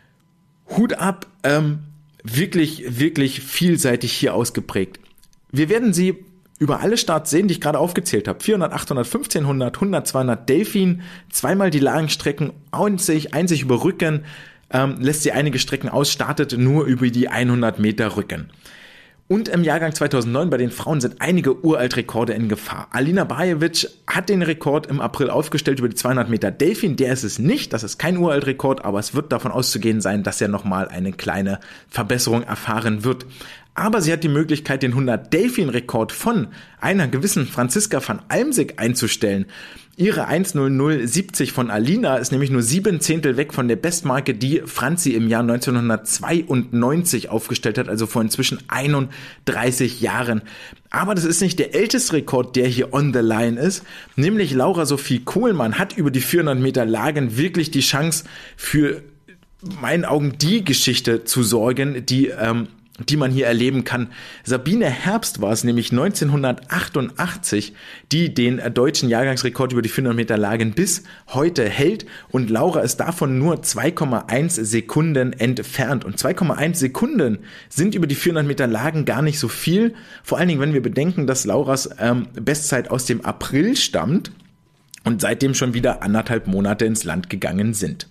Hut ab, ähm, wirklich, wirklich vielseitig hier ausgeprägt. Wir werden sie über alle Starts sehen, die ich gerade aufgezählt habe. vierhundert, achthundert, fünfzehnhundert, hundert, zweihundert Delfin, zweimal die Lagenstrecken, einzig, einzig über Rücken, ähm, lässt sie einige Strecken aus, startet nur über die hundert Meter Rücken. Und im Jahrgang zweitausendneun bei den Frauen sind einige Uraltrekorde in Gefahr. Alina Bajevic hat den Rekord im April aufgestellt über die zweihundert Meter Delfin. Der ist es nicht, das ist kein Uraltrekord, aber es wird davon auszugehen sein, dass er nochmal eine kleine Verbesserung erfahren wird. Aber sie hat die Möglichkeit, den hundert-Delfin-Rekord von einer gewissen Franziska van Almsick einzustellen. Ihre eins null null siebzig von Alina ist nämlich nur sieben Zehntel weg von der Bestmarke, die Franzi im Jahr neunzehnhundertzweiundneunzig aufgestellt hat, also vor inzwischen einunddreißig Jahren. Aber das ist nicht der älteste Rekord, der hier on the line ist, nämlich Laura Sophie Kohlmann hat über die vierhundert Meter Lagen wirklich die Chance für in meinen Augen die Geschichte zu sorgen, die ähm, die man hier erleben kann. Sabine Herbst war es nämlich neunzehnhundertachtundachtzig, die den deutschen Jahrgangsrekord über die vierhundert Meter Lagen bis heute hält und Laura ist davon nur zwei Komma eins Sekunden entfernt. Und zwei Komma eins Sekunden sind über die vierhundert Meter Lagen gar nicht so viel, vor allen Dingen, wenn wir bedenken, dass Lauras ähm, Bestzeit aus dem April stammt und seitdem schon wieder anderthalb Monate ins Land gegangen sind.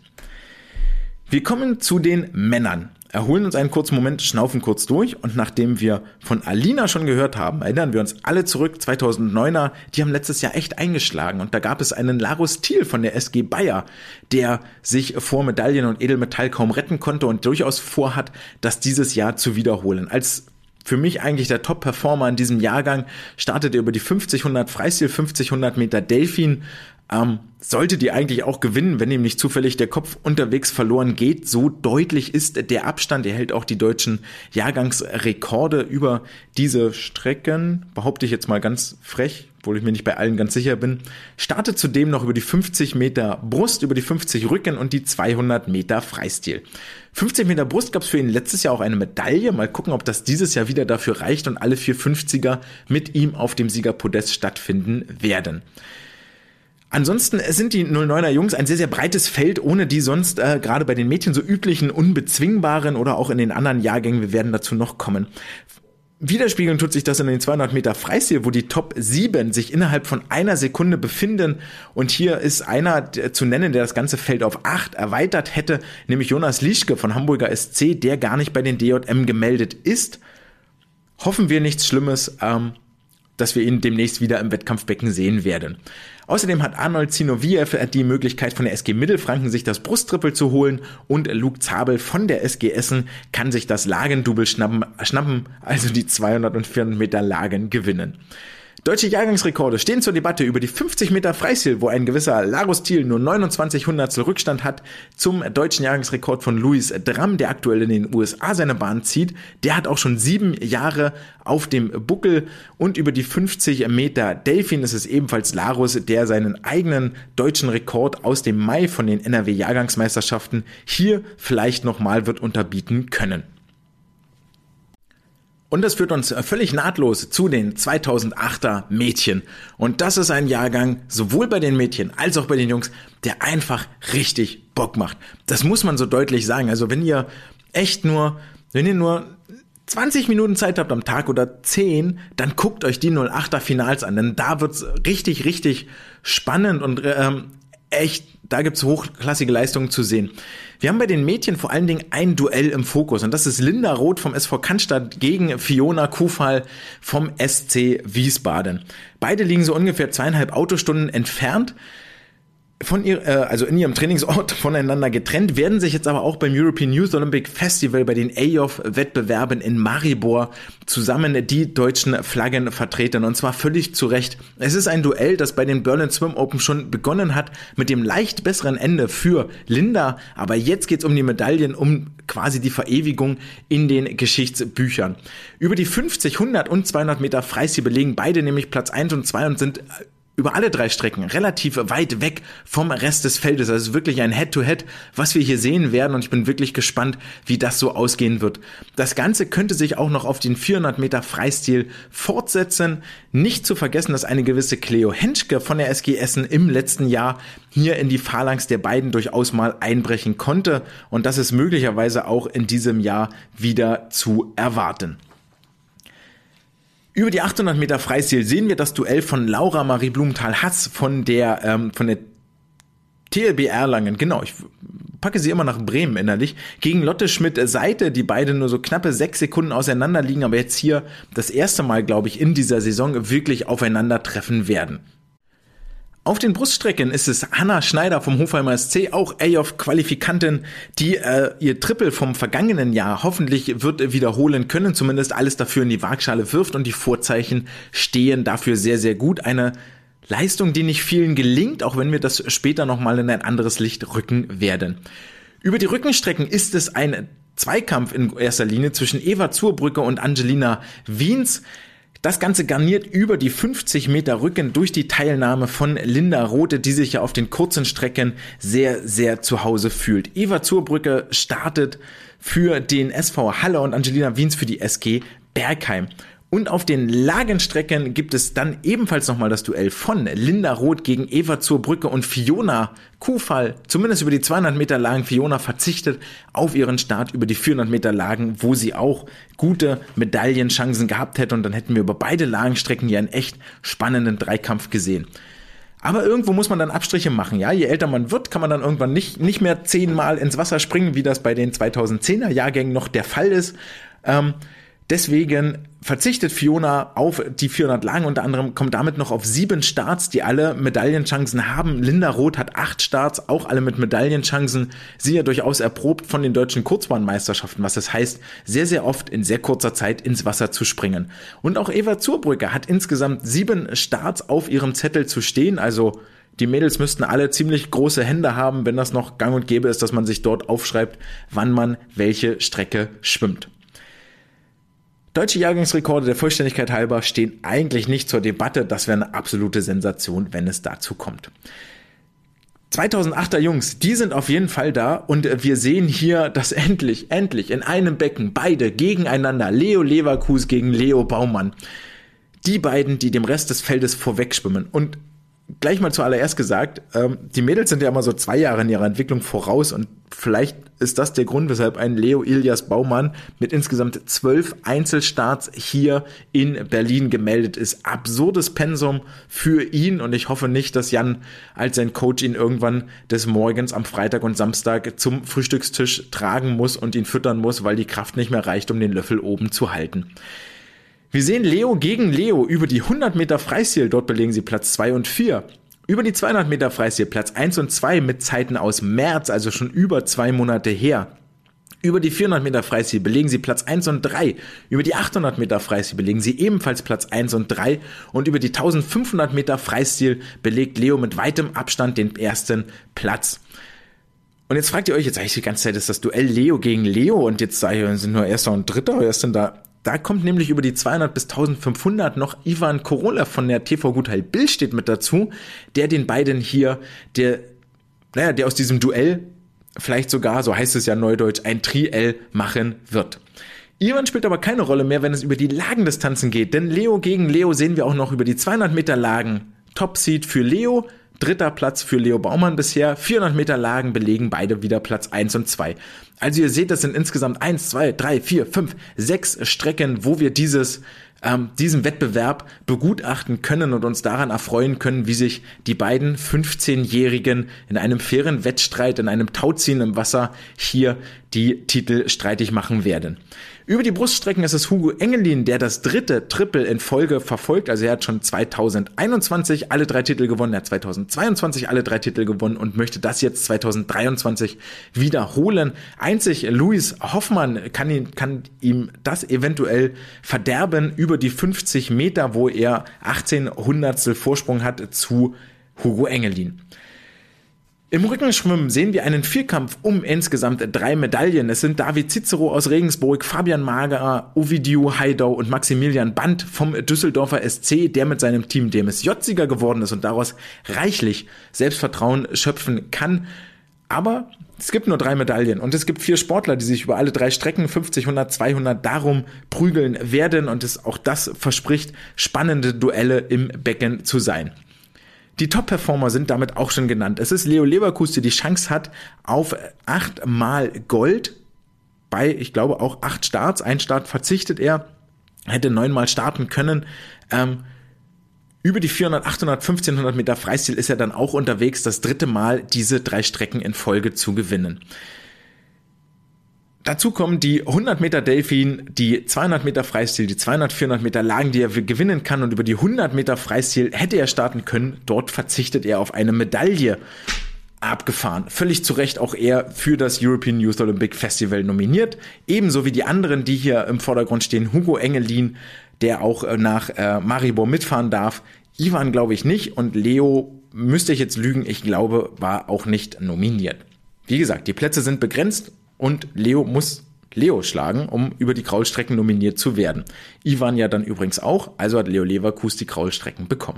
Wir kommen zu den Männern. Erholen uns einen kurzen Moment, schnaufen kurz durch und nachdem wir von Alina schon gehört haben, erinnern wir uns alle zurück, zweitausenddeuner, die haben letztes Jahr echt eingeschlagen und da gab es einen Larus Thiel von der S G Bayer, der sich vor Medaillen und Edelmetall kaum retten konnte und durchaus vorhat, das dieses Jahr zu wiederholen. Als für mich eigentlich der Top-Performer in diesem Jahrgang startet er über die fünfzig hundert Freistil, fünfzig hundert Meter Delfin. Ähm, sollte die eigentlich auch gewinnen, wenn ihm nicht zufällig der Kopf unterwegs verloren geht. So deutlich ist der Abstand. Er hält auch die deutschen Jahrgangsrekorde über diese Strecken, behaupte ich jetzt mal ganz frech, obwohl ich mir nicht bei allen ganz sicher bin. Startet zudem noch über die fünfzig Meter Brust, über die fünfzig Rücken und die zweihundert Meter Freistil. fünfzig Meter Brust gab es für ihn letztes Jahr auch eine Medaille. Mal gucken, ob das dieses Jahr wieder dafür reicht und alle vier fünfziger mit ihm auf dem Siegerpodest stattfinden werden. Ansonsten sind die null neuner Jungs ein sehr, sehr breites Feld, ohne die sonst äh, gerade bei den Mädchen so üblichen, unbezwingbaren oder auch in den anderen Jahrgängen, wir werden dazu noch kommen. Widerspiegeln tut sich das in den zweihundert Meter Freistil, wo die Top sieben sich innerhalb von einer Sekunde befinden und hier ist einer zu nennen, der das ganze Feld auf acht erweitert hätte, nämlich Jonas Lischke von Hamburger S C, der gar nicht bei den D J M gemeldet ist. Hoffen wir nichts Schlimmes, ähm, dass wir ihn demnächst wieder im Wettkampfbecken sehen werden. Außerdem hat Arnold Zinoviev die Möglichkeit von der S G Mittelfranken sich das Brusttrippel zu holen und Luke Zabel von der S G Essen kann sich das Lagendouble schnappen, schnappen, also die zweihundert und vierhundert Meter Lagen gewinnen. Deutsche Jahrgangsrekorde stehen zur Debatte über die fünfzig Meter Freistil, wo ein gewisser Larus Thiel nur neunundzwanzig Hundertstel Rückstand hat zum deutschen Jahrgangsrekord von Louis Dramm, der aktuell in den U S A seine Bahn zieht. Der hat auch schon sieben Jahre auf dem Buckel und über die fünfzig Meter Delfin ist es ebenfalls Larus, der seinen eigenen deutschen Rekord aus dem Mai von den N R W-Jahrgangsmeisterschaften hier vielleicht nochmal wird unterbieten können. Und das führt uns völlig nahtlos zu den zweitausendachter Mädchen. Und das ist ein Jahrgang, sowohl bei den Mädchen als auch bei den Jungs, der einfach richtig Bock macht. Das muss man so deutlich sagen. Also wenn ihr echt nur, wenn ihr nur zwanzig Minuten Zeit habt am Tag oder zehn, dann guckt euch die null achter Finals an. Denn da wird's richtig, richtig spannend und ähm, echt, da gibt's hochklassige Leistungen zu sehen. Wir haben bei den Mädchen vor allen Dingen ein Duell im Fokus und das ist Linda Roth vom S V Cannstatt gegen Fiona Kufal vom S C Wiesbaden. Beide liegen so ungefähr zweieinhalb Autostunden entfernt von ihr, äh, also in ihrem Trainingsort voneinander getrennt, werden sich jetzt aber auch beim European Youth Olympic Festival bei den A Y O F-Wettbewerben in Maribor zusammen die deutschen Flaggen vertreten und zwar völlig zu Recht. Es ist ein Duell, das bei den Berlin Swim Open schon begonnen hat mit dem leicht besseren Ende für Linda, aber jetzt geht's um die Medaillen, um quasi die Verewigung in den Geschichtsbüchern. Über die fünfzig, hundert und zweihundert Meter Freistil belegen beide nämlich Platz eins und zwei und sind über alle drei Strecken relativ weit weg vom Rest des Feldes. Also wirklich ein Head-to-Head, was wir hier sehen werden und ich bin wirklich gespannt, wie das so ausgehen wird. Das Ganze könnte sich auch noch auf den vierhundert Meter Freistil fortsetzen. Nicht zu vergessen, dass eine gewisse Cleo Henschke von der S G Essen im letzten Jahr hier in die Phalanx der beiden durchaus mal einbrechen konnte und das ist möglicherweise auch in diesem Jahr wieder zu erwarten. Über die achthundert Meter Freistil sehen wir das Duell von Laura Marie Blumenthal-Hass von der ähm, von der T L B Erlangen, genau, ich packe sie immer nach Bremen innerlich, gegen Lotte Schmidt-Seite, die beide nur so knappe sechs Sekunden auseinander liegen, aber jetzt hier das erste Mal, glaube ich, in dieser Saison wirklich aufeinandertreffen werden. Auf den Bruststrecken ist es Hanna Schneider vom Hofheimer S C, auch A J F-Qualifikantin, die äh, ihr Triple vom vergangenen Jahr hoffentlich wird wiederholen können, zumindest alles dafür in die Waagschale wirft und die Vorzeichen stehen dafür sehr, sehr gut. Eine Leistung, die nicht vielen gelingt, auch wenn wir das später nochmal in ein anderes Licht rücken werden. Über die Rückenstrecken ist es ein Zweikampf in erster Linie zwischen Eva Zurbrügge und Angelina Wiens. Das Ganze garniert über die fünfzig Meter Rücken durch die Teilnahme von Linda Rothe, die sich ja auf den kurzen Strecken sehr, sehr zu Hause fühlt. Eva Zurbrügge startet für den S V Halle und Angelina Wiens für die S G Bergheim. Und auf den Lagenstrecken gibt es dann ebenfalls nochmal das Duell von Linda Roth gegen Eva Zurbrügge und Fiona Kufall. Zumindest über die zweihundert Meter Lagen. Fiona verzichtet auf ihren Start über die vierhundert Meter Lagen, wo sie auch gute Medaillenchancen gehabt hätte. Und dann hätten wir über beide Lagenstrecken hier einen echt spannenden Dreikampf gesehen. Aber irgendwo muss man dann Abstriche machen, ja. Je älter man wird, kann man dann irgendwann nicht, nicht mehr zehnmal ins Wasser springen, wie das bei den zweitausendzehner Jahrgängen noch der Fall ist. Ähm, Deswegen verzichtet Fiona auf die vierhundert Lagen, unter anderem kommt damit noch auf sieben Starts, die alle Medaillenchancen haben. Linda Roth hat acht Starts, auch alle mit Medaillenchancen. Sie ja durchaus erprobt von den deutschen Kurzbahnmeisterschaften, was das heißt, sehr, sehr oft in sehr kurzer Zeit ins Wasser zu springen. Und auch Eva Zurbrügge hat insgesamt sieben Starts auf ihrem Zettel zu stehen, also die Mädels müssten alle ziemlich große Hände haben, wenn das noch gang und gäbe ist, dass man sich dort aufschreibt, wann man welche Strecke schwimmt. Deutsche Jahrgangsrekorde der Vollständigkeit halber stehen eigentlich nicht zur Debatte. Das wäre eine absolute Sensation, wenn es dazu kommt. zweitausendachter Jungs, die sind auf jeden Fall da und wir sehen hier, dass endlich, endlich in einem Becken beide gegeneinander, Leo Leverkus gegen Leo Baumann, die beiden, die dem Rest des Feldes vorwegschwimmen. Und gleich mal zuallererst gesagt, ähm, die Mädels sind ja immer so zwei Jahre in ihrer Entwicklung voraus und vielleicht ist das der Grund, weshalb ein Leo Ilias Baumann mit insgesamt zwölf Einzelstarts hier in Berlin gemeldet ist. Absurdes Pensum für ihn und ich hoffe nicht, dass Jan als sein Coach ihn irgendwann des Morgens am Freitag und Samstag zum Frühstückstisch tragen muss und ihn füttern muss, weil die Kraft nicht mehr reicht, um den Löffel oben zu halten. Wir sehen Leo gegen Leo über die hundert Meter Freistil, dort belegen sie Platz zwei und vier. Über die zweihundert Meter Freistil Platz eins und zwei mit Zeiten aus März, also schon über zwei Monate her. Über die vierhundert Meter Freistil belegen sie Platz eins und drei. Über die achthundert Meter Freistil belegen sie ebenfalls Platz eins und drei. Und über die eintausendfünfhundert Meter Freistil belegt Leo mit weitem Abstand den ersten Platz. Und jetzt fragt ihr euch, jetzt sage ich die ganze Zeit, ist das Duell Leo gegen Leo und jetzt sage ich, sind nur Erster und Dritter, wer ist denn da? Da kommt nämlich über die zweihundert bis eintausendfünfhundert noch Ivan Korolev von der T V Gutheil Billstedt mit dazu, der den beiden hier, der, naja, der aus diesem Duell vielleicht sogar, so heißt es ja neudeutsch, ein Triell machen wird. Ivan spielt aber keine Rolle mehr, wenn es über die Lagendistanzen geht, denn Leo gegen Leo sehen wir auch noch über die zweihundert Meter Lagen. Top-Seed für Leo, dritter Platz für Leo Baumann bisher, vierhundert Meter Lagen belegen beide wieder Platz eins und zwei. Also ihr seht, das sind insgesamt eins, zwei, drei, vier, fünf, sechs Strecken, wo wir dieses, ähm, diesen Wettbewerb begutachten können und uns daran erfreuen können, wie sich die beiden fünfzehnjährigen in einem fairen Wettstreit, in einem Tauziehen im Wasser hier die Titel streitig machen werden. Über die Bruststrecken ist es Hugo Engelin, der das dritte Triple in Folge verfolgt. Also er hat schon zweitausendeinundzwanzig alle drei Titel gewonnen, er hat zweitausendzweiundzwanzig alle drei Titel gewonnen und möchte das jetzt zweitausenddreiundzwanzig wiederholen. Einzig Luis Hoffmann kann, ihn, kann ihm das eventuell verderben über die fünfzig Meter, wo er achtzehn Hundertstel Vorsprung hat zu Hugo Engelin. Im Rückenschwimmen sehen wir einen Vierkampf um insgesamt drei Medaillen. Es sind David Cicero aus Regensburg, Fabian Mager, Ovidiu Haidau und Maximilian Band vom Düsseldorfer S C, der mit seinem Team D M S J-Sieger geworden ist und daraus reichlich Selbstvertrauen schöpfen kann. Aber es gibt nur drei Medaillen und es gibt vier Sportler, die sich über alle drei Strecken, fünfzig, hundert, zweihundert, darum prügeln werden und es, auch das verspricht, spannende Duelle im Becken zu sein. Die Top-Performer sind damit auch schon genannt. Es ist Leo Leverkus, der die Chance hat auf achtmal Gold bei, ich glaube, auch acht Starts. Ein Start verzichtet er, hätte neunmal starten können. Ähm, über die vierhundert, achthundert, fünfzehnhundert Meter Freistil ist er dann auch unterwegs, das dritte Mal diese drei Strecken in Folge zu gewinnen. Dazu kommen die hundert Meter Delfin, die zweihundert Meter Freistil, die zweihundert, vierhundert Meter Lagen, die er gewinnen kann, und über die hundert Meter Freistil hätte er starten können. Dort verzichtet er auf eine Medaille. Abgefahren. Völlig zu Recht auch er für das European Youth Olympic Festival nominiert. Ebenso wie die anderen, die hier im Vordergrund stehen. Hugo Engelin, der auch nach äh, Maribor mitfahren darf. Ivan glaube ich nicht, und Leo, müsste ich jetzt lügen, ich glaube, war auch nicht nominiert. Wie gesagt, die Plätze sind begrenzt. Und Leo muss Leo schlagen, um über die Kraulstrecken nominiert zu werden. Ivan ja dann übrigens auch, also hat Leo Leverkus die Kraulstrecken bekommen.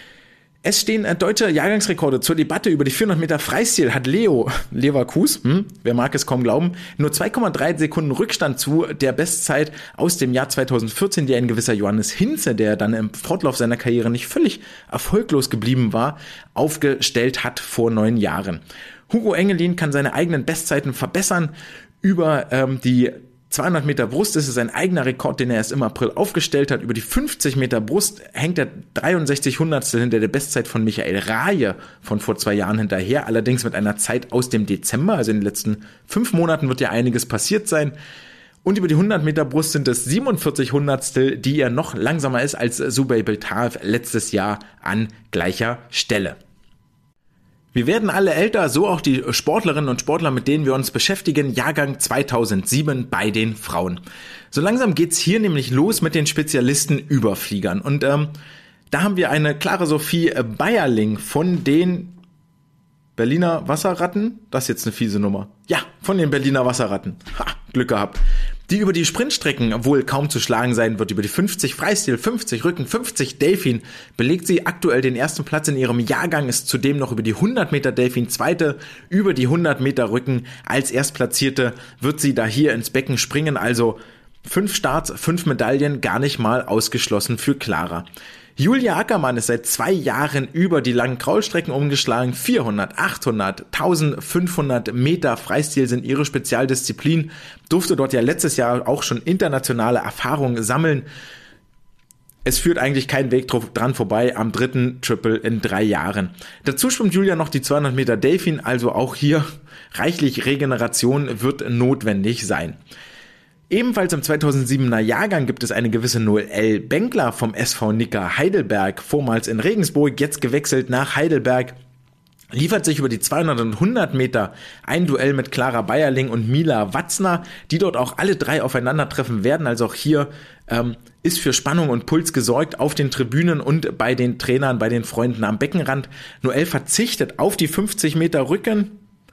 Es stehen äh, deutsche Jahrgangsrekorde zur Debatte. Über die vierhundert Meter Freistil hat Leo Leverkus, hm, wer mag es kaum glauben, nur zwei Komma drei Sekunden Rückstand zu der Bestzeit aus dem Jahr zweitausendvierzehn, die ein gewisser Johannes Hinze, der dann im Fortlauf seiner Karriere nicht völlig erfolglos geblieben war, aufgestellt hat vor neun Jahren. Hugo Engelin kann seine eigenen Bestzeiten verbessern. Über ähm, die zweihundert Meter Brust ist es sein eigener Rekord, den er erst im April aufgestellt hat. Über die fünfzig Meter Brust hängt er dreiundsechzig Hundertstel hinter der Bestzeit von Michael Rahe von vor zwei Jahren hinterher. Allerdings mit einer Zeit aus dem Dezember, also in den letzten fünf Monaten wird ja einiges passiert sein. Und über die hundert Meter Brust sind es siebenundvierzig Hundertstel, die er noch langsamer ist als Subay Beltaev letztes Jahr an gleicher Stelle. Wir werden alle älter, so auch die Sportlerinnen und Sportler, mit denen wir uns beschäftigen, Jahrgang zweitausendsieben bei den Frauen. So langsam geht's hier nämlich los mit den Spezialisten-Überfliegern. Und ähm, da haben wir eine Clara Sophie Beierling von den Berliner Wasserratten. Das ist jetzt eine fiese Nummer. Ja, von den Berliner Wasserratten. Ha, Glück gehabt. Die über die Sprintstrecken wohl kaum zu schlagen sein wird. Über die fünfzig Freistil, fünfzig Rücken, fünfzig Delfin belegt sie aktuell den ersten Platz in ihrem Jahrgang, ist zudem noch über die hundert Meter Delfin Zweite, über die hundert Meter Rücken als Erstplatzierte wird sie da hier ins Becken springen. Also fünf Starts, fünf Medaillen, gar nicht mal ausgeschlossen für Clara. Julia Ackermann ist seit zwei Jahren über die langen Kraulstrecken umgeschlagen. vierhundert, achthundert, eintausendfünfhundert Meter Freistil sind ihre Spezialdisziplin. Durfte dort ja letztes Jahr auch schon internationale Erfahrungen sammeln. Es führt eigentlich kein Weg dran vorbei am dritten Triple in drei Jahren. Dazu schwimmt Julia noch die zweihundert Meter Delfin, also auch hier reichlich Regeneration wird notwendig sein. Ebenfalls im zweitausendsiebener Jahrgang gibt es eine gewisse Noel Benkler vom S V Nicker Heidelberg, vormals in Regensburg, jetzt gewechselt nach Heidelberg, liefert sich über die zweihundert und hundert Meter ein Duell mit Clara Beierling und Mila Watzner, die dort auch alle drei aufeinandertreffen werden. Also auch hier ähm, ist für Spannung und Puls gesorgt auf den Tribünen und bei den Trainern, bei den Freunden am Beckenrand. Noel verzichtet auf die fünfzig Meter Rücken,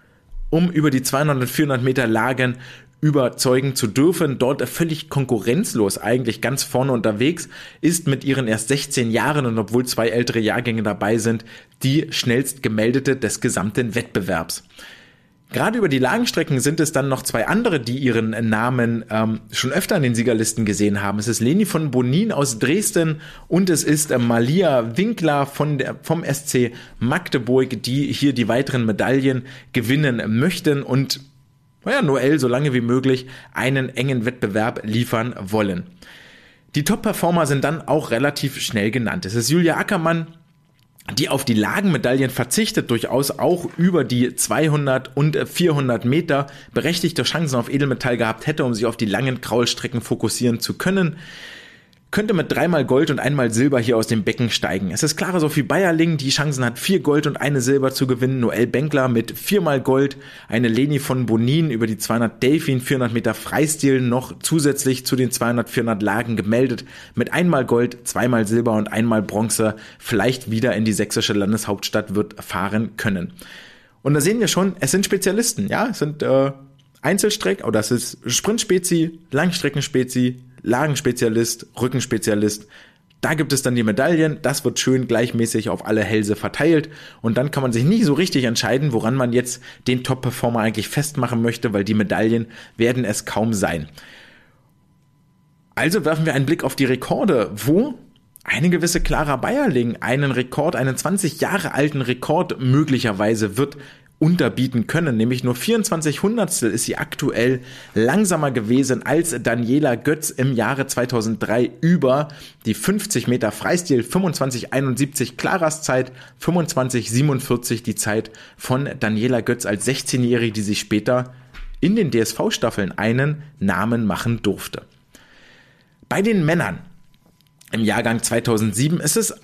um über die zweihundert und vierhundert Meter Lagen überzeugen zu dürfen, dort völlig konkurrenzlos eigentlich ganz vorne unterwegs, ist mit ihren erst sechzehn Jahren und obwohl zwei ältere Jahrgänge dabei sind, die schnellst gemeldete des gesamten Wettbewerbs. Gerade über die Lagenstrecken sind es dann noch zwei andere, die ihren Namen ähm, schon öfter in den Siegerlisten gesehen haben. Es ist Leni von Bonin aus Dresden und es ist äh, Malia Winkler von der, vom S C Magdeburg, die hier die weiteren Medaillen gewinnen möchten und naja, Noel so lange wie möglich einen engen Wettbewerb liefern wollen. Die Top-Performer sind dann auch relativ schnell genannt. Es ist Julia Ackermann, die auf die Lagenmedaillen verzichtet, durchaus auch über die zweihundert und vierhundert Meter berechtigte Chancen auf Edelmetall gehabt hätte, um sich auf die langen Kraulstrecken fokussieren zu können. Könnte mit dreimal Gold und einmal Silber hier aus dem Becken steigen. Es ist Clara Sophie Beierling, die Chancen hat, vier Gold und eine Silber zu gewinnen. Noel Benkler mit viermal Gold, eine Leni von Bonin über die zweihundert Delfin, vierhundert Meter Freistil noch zusätzlich zu den zweihundert, vierhundert Lagen gemeldet. Mit einmal Gold, zweimal Silber und einmal Bronze vielleicht wieder in die sächsische Landeshauptstadt wird fahren können. Und da sehen wir schon, es sind Spezialisten, ja, es sind äh, Einzelstreck, oder es ist Sprintspezi, Langstreckenspezi, Lagenspezialist, Rückenspezialist. Da gibt es dann die Medaillen, das wird schön gleichmäßig auf alle Hälse verteilt und dann kann man sich nicht so richtig entscheiden, woran man jetzt den Top-Performer eigentlich festmachen möchte, weil die Medaillen werden es kaum sein. Also werfen wir einen Blick auf die Rekorde, wo eine gewisse Clara Beierling einen Rekord, einen zwanzig Jahre alten Rekord möglicherweise wird unterbieten können, nämlich nur vierundzwanzig Hundertstel ist sie aktuell langsamer gewesen als Daniela Götz im Jahre zweitausenddrei über die fünfzig Meter Freistil, fünfundzwanzig einundsiebzig Claras Zeit, fünfundzwanzig siebenundvierzig die Zeit von Daniela Götz als sechzehnjährige, die sich später in den D S V-Staffeln einen Namen machen durfte. Bei den Männern im Jahrgang zweitausendsieben ist es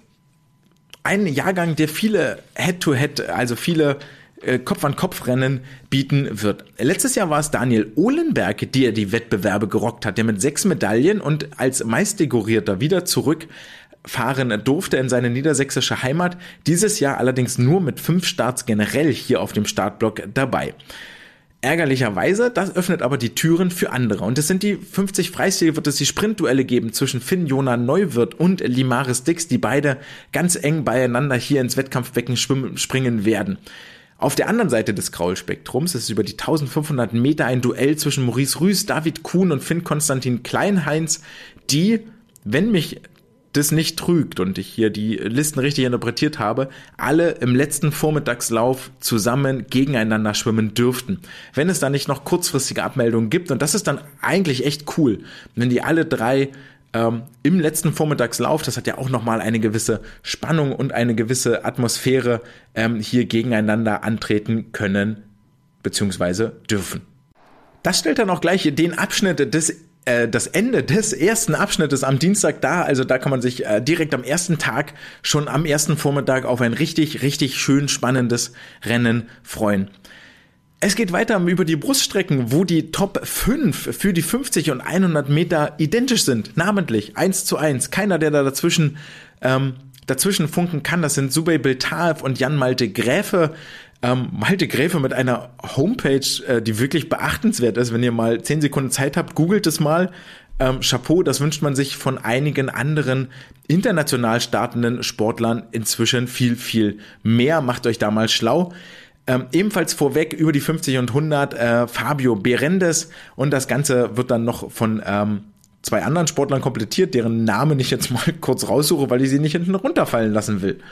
ein Jahrgang, der viele Head-to-Head, also viele äh, Kopf-an-Kopf-Rennen bieten wird. Letztes Jahr war es Daniel Ohlenberg, der die Wettbewerbe gerockt hat, der mit sechs Medaillen und als meistdekorierter wieder zurückfahren durfte in seine niedersächsische Heimat. Dieses Jahr allerdings nur mit fünf Starts generell hier auf dem Startblock dabei. Ärgerlicherweise, das öffnet aber die Türen für andere. Und es sind die fünfzig Freistil, wird es die Sprintduelle geben zwischen Finn-Jona Neuwirth und Limaris Dix, die beide ganz eng beieinander hier ins Wettkampfbecken schwimmen, springen werden. Auf der anderen Seite des Kraulspektrums ist über die eintausendfünfhundert Meter ein Duell zwischen Maurice Rüß, David Kuhn und Finn-Konstantin Kleinheinz, die, wenn mich das nicht trügt und ich hier die Listen richtig interpretiert habe, alle im letzten Vormittagslauf zusammen gegeneinander schwimmen dürften. Wenn es da nicht noch kurzfristige Abmeldungen gibt, und das ist dann eigentlich echt cool, wenn die alle drei ähm, im letzten Vormittagslauf, das hat ja auch nochmal eine gewisse Spannung und eine gewisse Atmosphäre, ähm, hier gegeneinander antreten können bzw. dürfen. Das stellt dann auch gleich den Abschnitt des das Ende des ersten Abschnittes am Dienstag dar, also da kann man sich äh, direkt am ersten Tag, schon am ersten Vormittag auf ein richtig, richtig schön spannendes Rennen freuen. Es geht weiter über die Bruststrecken, wo die Top fünf für die fünfzig und hundert Meter identisch sind, namentlich eins zu eins. Keiner, der da dazwischen, ähm, dazwischen funken kann, das sind Subey Biltaev und Jan-Malte Gräfe. Ähm, Malte Gräfe mit einer Homepage, äh, die wirklich beachtenswert ist. Wenn ihr mal zehn Sekunden Zeit habt, googelt es mal. Ähm, Chapeau, das wünscht man sich von einigen anderen international startenden Sportlern inzwischen viel, viel mehr. Macht euch da mal schlau. Ähm, ebenfalls vorweg über die fünfzig und hundert äh, Fabio Berendes, und das Ganze wird dann noch von ähm, zwei anderen Sportlern komplettiert, deren Namen ich jetzt mal kurz raussuche, weil ich sie nicht hinten runterfallen lassen will.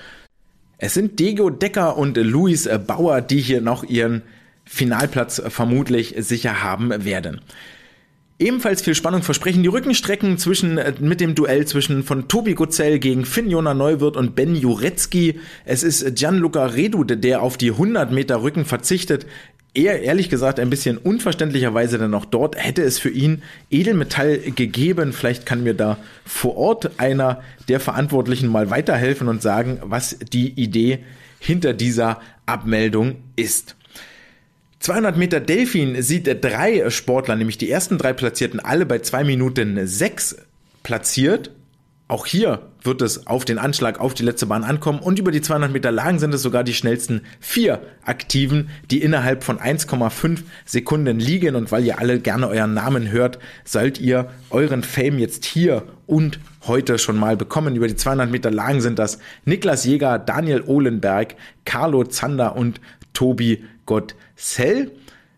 Es sind Diego Decker und Luis Bauer, die hier noch ihren Finalplatz vermutlich sicher haben werden. Ebenfalls viel Spannung versprechen die Rückenstrecken zwischen, mit dem Duell zwischen von Tobi Gozell gegen Finn-Jona Neuwirth und Ben Jurecki. Es ist Gianluca Redude, der auf die hundert Meter Rücken verzichtet. Er, ehrlich gesagt, ein bisschen unverständlicherweise dann auch dort, hätte es für ihn Edelmetall gegeben. Vielleicht kann mir da vor Ort einer der Verantwortlichen mal weiterhelfen und sagen, was die Idee hinter dieser Abmeldung ist. zweihundert Meter Delfin sieht drei Sportler, nämlich die ersten drei Platzierten, alle bei zwei Minuten sechs platziert. Auch hier wird es auf den Anschlag auf die letzte Bahn ankommen, und über die zweihundert Meter Lagen sind es sogar die schnellsten vier Aktiven, die innerhalb von eins Komma fünf Sekunden liegen. Und weil ihr alle gerne euren Namen hört, sollt ihr euren Fame jetzt hier und heute schon mal bekommen. Über die zweihundert Meter Lagen sind das Niklas Jäger, Daniel Ohlenberg, Carlo Zander und Tobi Gozell.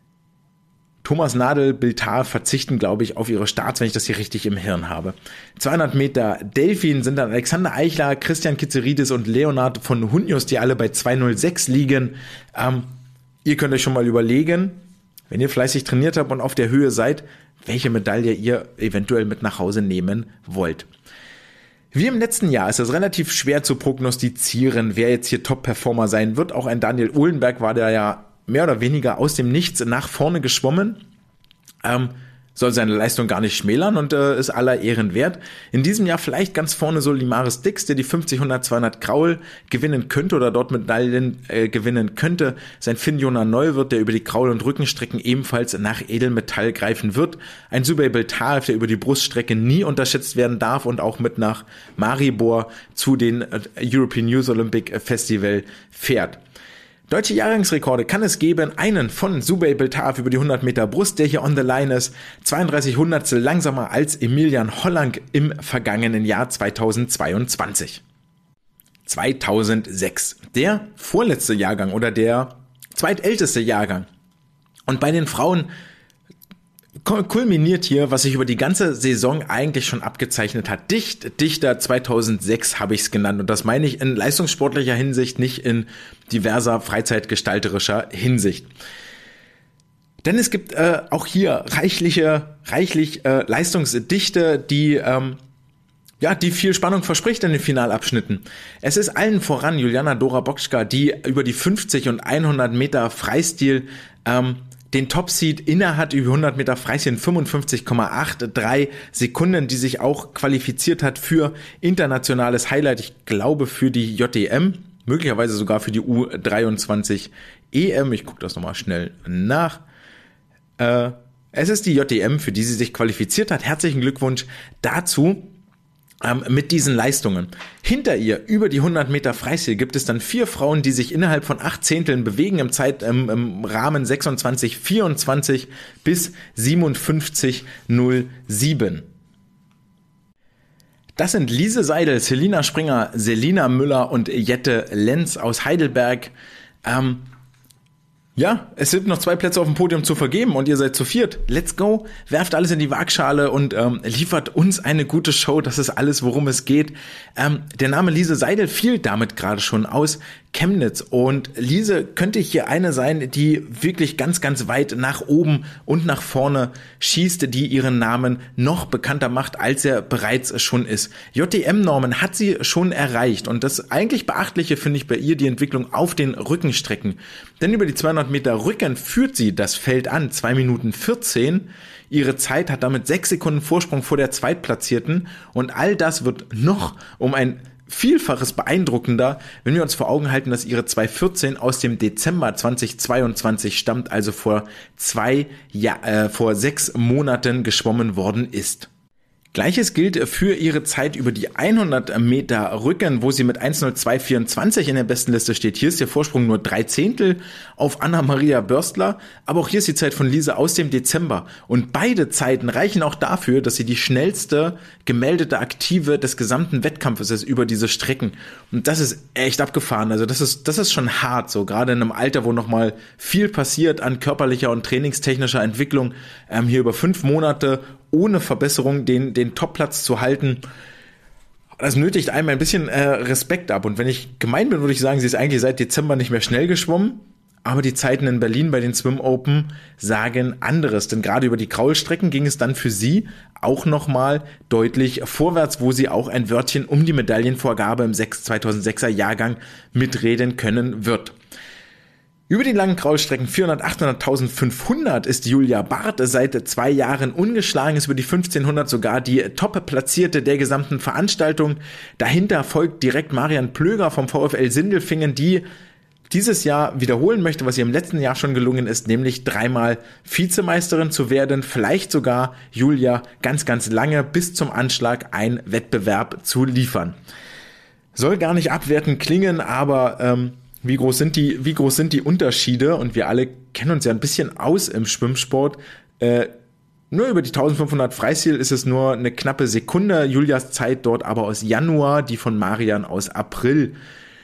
Thomas Nadel, Biltaev verzichten, glaube ich, auf ihre Starts, wenn ich das hier richtig im Hirn habe. zweihundert Meter Delfin sind dann Alexander Eichler, Christian Kitzeridis und Leonard von Hunjus, die alle bei zwei null sechs liegen. Ähm, ihr könnt euch schon mal überlegen, wenn ihr fleißig trainiert habt und auf der Höhe seid, welche Medaille ihr eventuell mit nach Hause nehmen wollt. Wie im letzten Jahr ist es relativ schwer zu prognostizieren, wer jetzt hier Top-Performer sein wird. Auch ein Daniel Ohlenberg war da ja mehr oder weniger aus dem Nichts nach vorne geschwommen, ähm, soll seine Leistung gar nicht schmälern und äh, ist aller Ehren wert. In diesem Jahr vielleicht ganz vorne so Limaris Dix, der die fünfzig, hundert, zweihundert Kraul gewinnen könnte oder dort Medaillen äh, gewinnen könnte. Sein Finn-Jona Neuwirth, der über die Kraul- und Rückenstrecken ebenfalls nach Edelmetall greifen wird. Ein Subey Biltaev, der über die Bruststrecke nie unterschätzt werden darf und auch mit nach Maribor zu den äh, European Youth Olympic Festival fährt. Deutsche Jahrgangsrekorde kann es geben, einen von Subey Biltaev über die hundert Meter Brust, der hier on the line ist, zweiunddreißig Hundertstel langsamer als Emilian Hollang im vergangenen Jahr zweitausendzweiundzwanzig. zweitausendsechs, der vorletzte Jahrgang oder der zweitälteste Jahrgang. Und bei den Frauen kulminiert hier, was sich über die ganze Saison eigentlich schon abgezeichnet hat. Dicht, dichter zweitausendsechs habe ich es genannt. Und das meine ich in leistungssportlicher Hinsicht, nicht in diverser freizeitgestalterischer Hinsicht. Denn es gibt äh, auch hier reichliche, reichlich äh, Leistungsdichte, die ähm, ja, die viel Spannung verspricht in den Finalabschnitten. Es ist allen voran Juliana Dora Bokschka, die über die fünfzig und hundert Meter Freistil ähm, den Top-Seed inne hat über hundert Meter Freistil in fünfundfünfzig Komma dreiundachtzig Sekunden, die sich auch qualifiziert hat für internationales Highlight. Ich glaube für die J D M, möglicherweise sogar für die U dreiundzwanzig E M. Ich gucke das nochmal schnell nach. Äh, es ist die J D M, für die sie sich qualifiziert hat. Herzlichen Glückwunsch dazu. Ähm, mit diesen Leistungen. Hinter ihr, über die hundert Meter Freistil, gibt es dann vier Frauen, die sich innerhalb von acht Zehnteln bewegen, im Zeit, ähm, im Rahmen sechsundzwanzig vierundzwanzig bis siebenundfünfzig null sieben. Das sind Lise Seidel, Selina Springer, Selina Müller und Jette Lenz aus Heidelberg. Ähm, Ja, es sind noch zwei Plätze auf dem Podium zu vergeben und ihr seid zu viert. Let's go, werft alles in die Waagschale und ähm, liefert uns eine gute Show. Das ist alles, worum es geht. Ähm, der Name Lise Seidel fiel damit gerade schon aus Chemnitz und Lise könnte hier eine sein, die wirklich ganz, ganz weit nach oben und nach vorne schießt, die ihren Namen noch bekannter macht, als er bereits schon ist. J D M-Normen hat sie schon erreicht und das eigentlich Beachtliche finde ich bei ihr die Entwicklung auf den Rückenstrecken. Denn über die zweihundert Meter Rücken führt sie das Feld an, zwei Minuten vierzehn. Ihre Zeit hat damit sechs Sekunden Vorsprung vor der Zweitplatzierten und all das wird noch um ein Vielfaches beeindruckender, wenn wir uns vor Augen halten, dass ihre zwei vierzehn aus dem Dezember zweitausendzweiundzwanzig stammt, also vor zwei, ja, äh, vor sechs Monaten geschwommen worden ist. Gleiches gilt für ihre Zeit über die hundert Meter Rücken, wo sie mit eins null zwei vierundzwanzig in der besten Liste steht. Hier ist der Vorsprung nur drei Zehntel auf Anna-Maria Börstler, aber auch hier ist die Zeit von Lise aus dem Dezember. Und beide Zeiten reichen auch dafür, dass sie die schnellste gemeldete Aktive des gesamten Wettkampfes ist über diese Strecken. Und das ist echt abgefahren. Also das ist, das ist schon hart, so gerade in einem Alter, wo nochmal viel passiert an körperlicher und trainingstechnischer Entwicklung, ähm, hier über fünf Monate ohne Verbesserung den, den Topplatz zu halten. Das nötigt einem ein bisschen äh, Respekt ab. Und wenn ich gemein bin, würde ich sagen, sie ist eigentlich seit Dezember nicht mehr schnell geschwommen. Aber die Zeiten in Berlin bei den Swim Open sagen anderes. Denn gerade über die Kraulstrecken ging es dann für sie auch nochmal deutlich vorwärts, wo sie auch ein Wörtchen um die Medaillenvorgabe im zweitausendsechser Jahrgang mitreden können wird. Über die langen Kraulstrecken vierhundert, achthundert, eintausendfünfhundert ist Julia Barth seit zwei Jahren ungeschlagen, ist über die fünfzehnhundert sogar die Top-Platzierte der gesamten Veranstaltung. Dahinter folgt direkt Marian Plöger vom VfL Sindelfingen, die dieses Jahr wiederholen möchte, was ihr im letzten Jahr schon gelungen ist, nämlich dreimal Vizemeisterin zu werden, vielleicht sogar Julia ganz, ganz lange bis zum Anschlag einen Wettbewerb zu liefern. Soll gar nicht abwertend klingen, aber ähm, Wie groß sind die, wie groß sind die Unterschiede? Und wir alle kennen uns ja ein bisschen aus im Schwimmsport. Äh, nur über die eintausendfünfhundert Freistil ist es nur eine knappe Sekunde. Julias Zeit dort aber aus Januar, die von Marian aus April.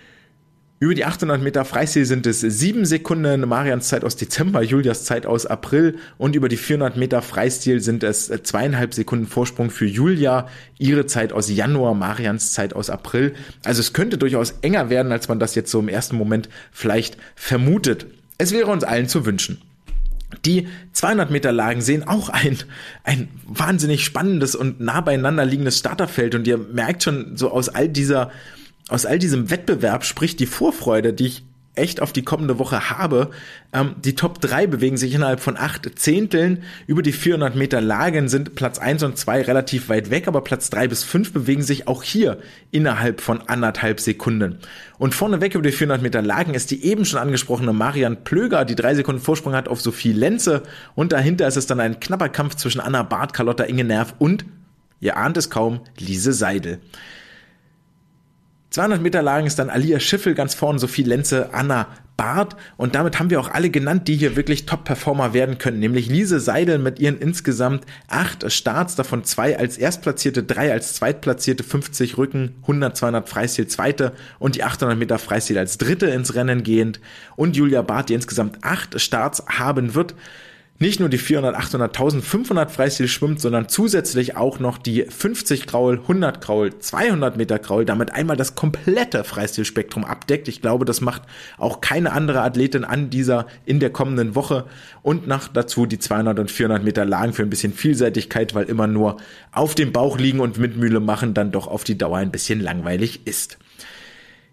Über die achthundert Meter Freistil sind es sieben Sekunden, Marians Zeit aus Dezember, Julias Zeit aus April und über die vierhundert Meter Freistil sind es zweieinhalb Sekunden Vorsprung für Julia, ihre Zeit aus Januar, Marians Zeit aus April. Also es könnte durchaus enger werden, als man das jetzt so im ersten Moment vielleicht vermutet. Es wäre uns allen zu wünschen. Die zweihundert Meter Lagen sehen auch ein, ein wahnsinnig spannendes und nah beieinander liegendes Starterfeld und ihr merkt schon so aus all dieser Aus all diesem Wettbewerb spricht die Vorfreude, die ich echt auf die kommende Woche habe. Ähm, die Top drei bewegen sich innerhalb von acht Zehnteln. Über die vierhundert Meter Lagen sind Platz eins und zwei relativ weit weg, aber Platz drei bis fünf bewegen sich auch hier innerhalb von anderthalb Sekunden. Und vorneweg über die vierhundert Meter Lagen ist die eben schon angesprochene Marian Plöger, die drei Sekunden Vorsprung hat auf Sophie Lenze. Und dahinter ist es dann ein knapper Kampf zwischen Anna Barth, Carlotta Ingenerv und, ihr ahnt es kaum, Lise Seidel. zweihundert Meter Lagen ist dann Alia Schiffel ganz vorne, Sophie Lenze, Anna Barth und damit haben wir auch alle genannt, die hier wirklich Top-Performer werden können, nämlich Lise Seidel mit ihren insgesamt acht Starts, davon zwei als Erstplatzierte, drei als Zweitplatzierte, fünfzig Rücken, hundert, zweihundert Freistil Zweite und die achthundert Meter Freistil als Dritte ins Rennen gehend und Julia Barth, die insgesamt acht Starts haben wird. Nicht nur die vierhundert, achthundert, eintausendfünfhundert Freistil schwimmt, sondern zusätzlich auch noch die fünfzig Kraul, hundert Kraul, zweihundert Meter Kraul, damit einmal das komplette Freistilspektrum abdeckt. Ich glaube, das macht auch keine andere Athletin an dieser in der kommenden Woche. Und nach dazu die zweihundert und vierhundert Meter Lagen für ein bisschen Vielseitigkeit, weil immer nur auf dem Bauch liegen und Windmühle machen dann doch auf die Dauer ein bisschen langweilig ist.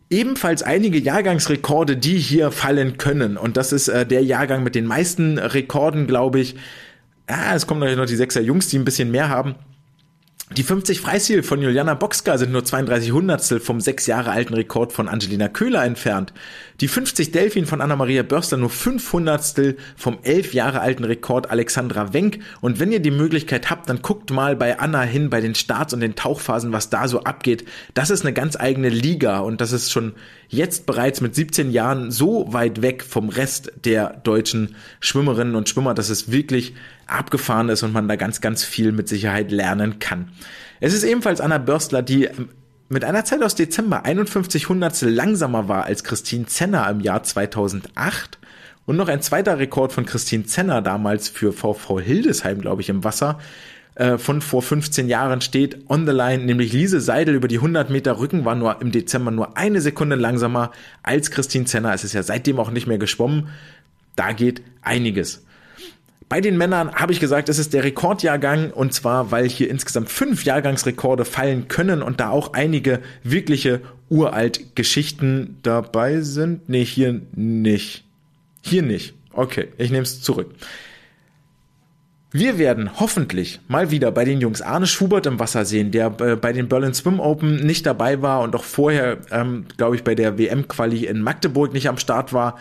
Ebenfalls einige Jahrgangsrekorde, die hier fallen können. Und das ist äh, der Jahrgang mit den meisten Rekorden, glaube ich. Ah, es kommen natürlich noch die Sechser Jungs, die ein bisschen mehr haben. Die fünfzig Freistil von Juliana Boxka sind nur zweiunddreißig Hundertstel vom sechs Jahre alten Rekord von Angelina Köhler entfernt. Die fünfzig Delfin von Anna-Maria Börster nur fünf Hundertstel vom elf Jahre alten Rekord Alexandra Wenck. Und wenn ihr die Möglichkeit habt, dann guckt mal bei Anna hin, bei den Starts und den Tauchphasen, was da so abgeht. Das ist eine ganz eigene Liga und das ist schon jetzt bereits mit siebzehn Jahren so weit weg vom Rest der deutschen Schwimmerinnen und Schwimmer, dass es wirklich abgefahren ist und man da ganz, ganz viel mit Sicherheit lernen kann. Es ist ebenfalls Anna Börstler, die mit einer Zeit aus Dezember einundfünfzig Hundertstel langsamer war als Christine Zenner im Jahr zweitausendacht. Und noch ein zweiter Rekord von Christine Zenner damals für V V Hildesheim, glaube ich, im Wasser, äh, von vor fünfzehn Jahren steht on the line, nämlich Lise Seidel über die hundert Meter Rücken war nur im Dezember nur eine Sekunde langsamer als Christine Zenner. Es ist ja seitdem auch nicht mehr geschwommen. Da geht einiges. Bei den Männern habe ich gesagt, es ist der Rekordjahrgang und zwar, weil hier insgesamt fünf Jahrgangsrekorde fallen können und da auch einige wirkliche uralt Geschichten dabei sind. Nee, hier nicht. Hier nicht. Okay, ich nehme es zurück. Wir werden hoffentlich mal wieder bei den Jungs Arne Schubert im Wasser sehen, der äh, bei den Berlin Swim Open nicht dabei war und auch vorher, ähm, glaube ich, bei der W M-Quali in Magdeburg nicht am Start war.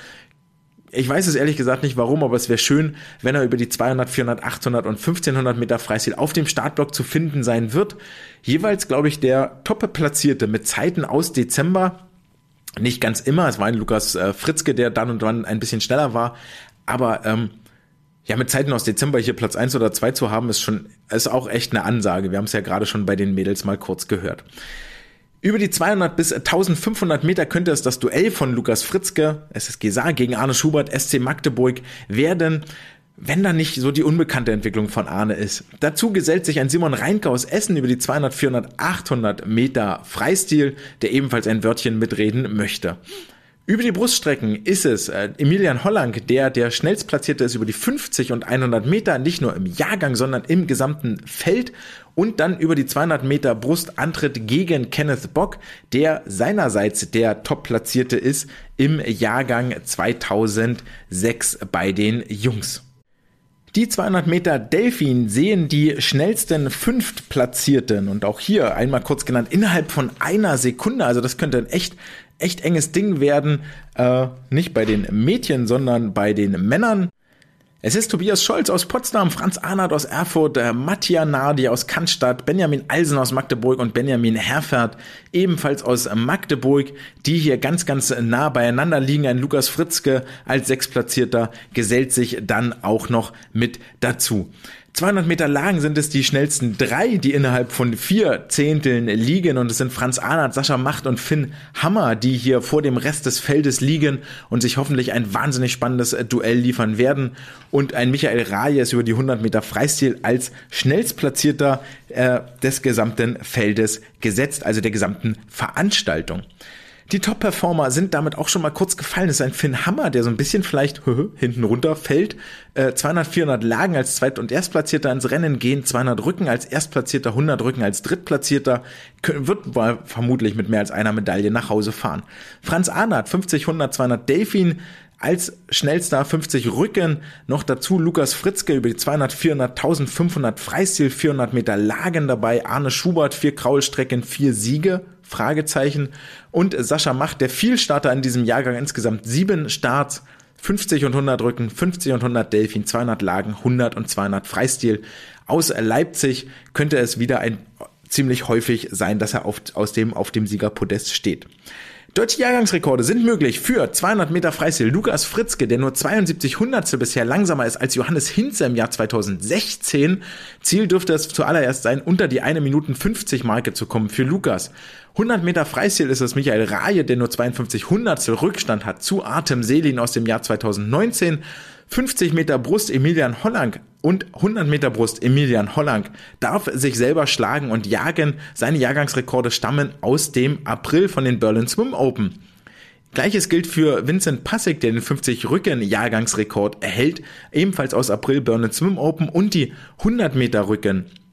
Ich weiß es ehrlich gesagt nicht warum, aber es wäre schön, wenn er über die zweihundert, vierhundert, achthundert und fünfzehnhundert Meter Freistil auf dem Startblock zu finden sein wird. Jeweils, glaube ich, der Top-Platzierte mit Zeiten aus Dezember. Nicht ganz immer, es war ein Lukas äh, Fritzke, der dann und wann ein bisschen schneller war. Aber ähm, ja, mit Zeiten aus Dezember hier Platz eins oder zwei zu haben, ist schon ist auch echt eine Ansage. Wir haben es ja gerade schon bei den Mädels mal kurz gehört. Über die zweihundert bis eintausendfünfhundert Meter könnte es das Duell von Lukas Fritzke, S S G Saar gegen Arne Schubert, S C Magdeburg, werden, wenn da nicht so die unbekannte Entwicklung von Arne ist. Dazu gesellt sich ein Simon Reinke aus Essen über die zweihundert, vierhundert, achthundert Meter Freistil, der ebenfalls ein Wörtchen mitreden möchte. Über die Bruststrecken ist es äh, Emilian Hollang, der der schnellstplatzierte ist über die fünfzig und hundert Meter, nicht nur im Jahrgang, sondern im gesamten Feld. Und dann über die zweihundert Meter Brustantritt gegen Kenneth Bock, der seinerseits der Top-Platzierte ist im Jahrgang zweitausendsechs bei den Jungs. Die zweihundert Meter Delfin sehen die schnellsten Fünftplatzierten und auch hier einmal kurz genannt innerhalb von einer Sekunde. Also das könnte ein echt echt enges Ding werden, äh, nicht bei den Mädchen, sondern bei den Männern. Es ist Tobias Scholz aus Potsdam, Franz Arnert aus Erfurt, äh, Mattia Nardi aus Cannstatt, Benjamin Alsen aus Magdeburg und Benjamin Herfert ebenfalls aus Magdeburg, die hier ganz, ganz nah beieinander liegen. Ein Lukas Fritzke als Sechstplatzierter gesellt sich dann auch noch mit dazu. zweihundert Meter Lagen sind es die schnellsten drei, die innerhalb von vier Zehnteln liegen und es sind Franz Arnert, Sascha Macht und Finn Hammer, die hier vor dem Rest des Feldes liegen und sich hoffentlich ein wahnsinnig spannendes Duell liefern werden und ein Michael Rajes über die hundert Meter Freistil als schnellstplatzierter äh, des gesamten Feldes gesetzt, also der gesamten Veranstaltung. Die Top-Performer sind damit auch schon mal kurz gefallen. Das ist ein Finn Hammer, der so ein bisschen vielleicht hinten runter fällt. Äh, zweihundert, vierhundert Lagen als Zweit- und Erstplatzierter ins Rennen gehen. zweihundert Rücken als Erstplatzierter, hundert Rücken als Drittplatzierter. Wird wohl vermutlich mit mehr als einer Medaille nach Hause fahren. Franz Arnert, fünfzig, hundert, zweihundert Delfin. Als schnellster fünfzig Rücken, noch dazu Lukas Fritzke über die zweihundert, vierhundert, eintausendfünfhundert Freistil, vierhundert Meter Lagen dabei, Arne Schubert, vier Kraulstrecken, vier Siege, Fragezeichen und Sascha Macht, der Vielstarter in diesem Jahrgang, insgesamt sieben Starts, fünfzig und hundert Rücken, fünfzig und hundert Delfin, zweihundert Lagen, hundert und zweihundert Freistil. Aus Leipzig könnte es wieder ein ziemlich häufig sein, dass er auf, aus dem, auf dem Siegerpodest steht. Deutsche Jahrgangsrekorde sind möglich für zweihundert Meter Freistil. Lukas Fritzke, der nur zweiundsiebzig Hundertstel bisher langsamer ist als Johannes Hinze im Jahr zweitausendsechzehn. Ziel dürfte es zuallererst sein, unter die eine Minute fünfzig Marke zu kommen für Lukas. hundert Meter Freistil ist es Michael Raje, der nur zweiundfünfzig Hundertstel Rückstand hat zu Artem Selin aus dem Jahr zweitausendneunzehn. fünfzig Meter Brust Emilian Hollang und hundert Meter Brust Emilian Hollang darf sich selber schlagen und jagen. Seine Jahrgangsrekorde stammen aus dem April von den Berlin Swim Open. Gleiches gilt für Vincent Passig, der den fünfzig Rücken Jahrgangsrekord erhält, ebenfalls aus April Berlin Swim Open und die hundert Meter Rücken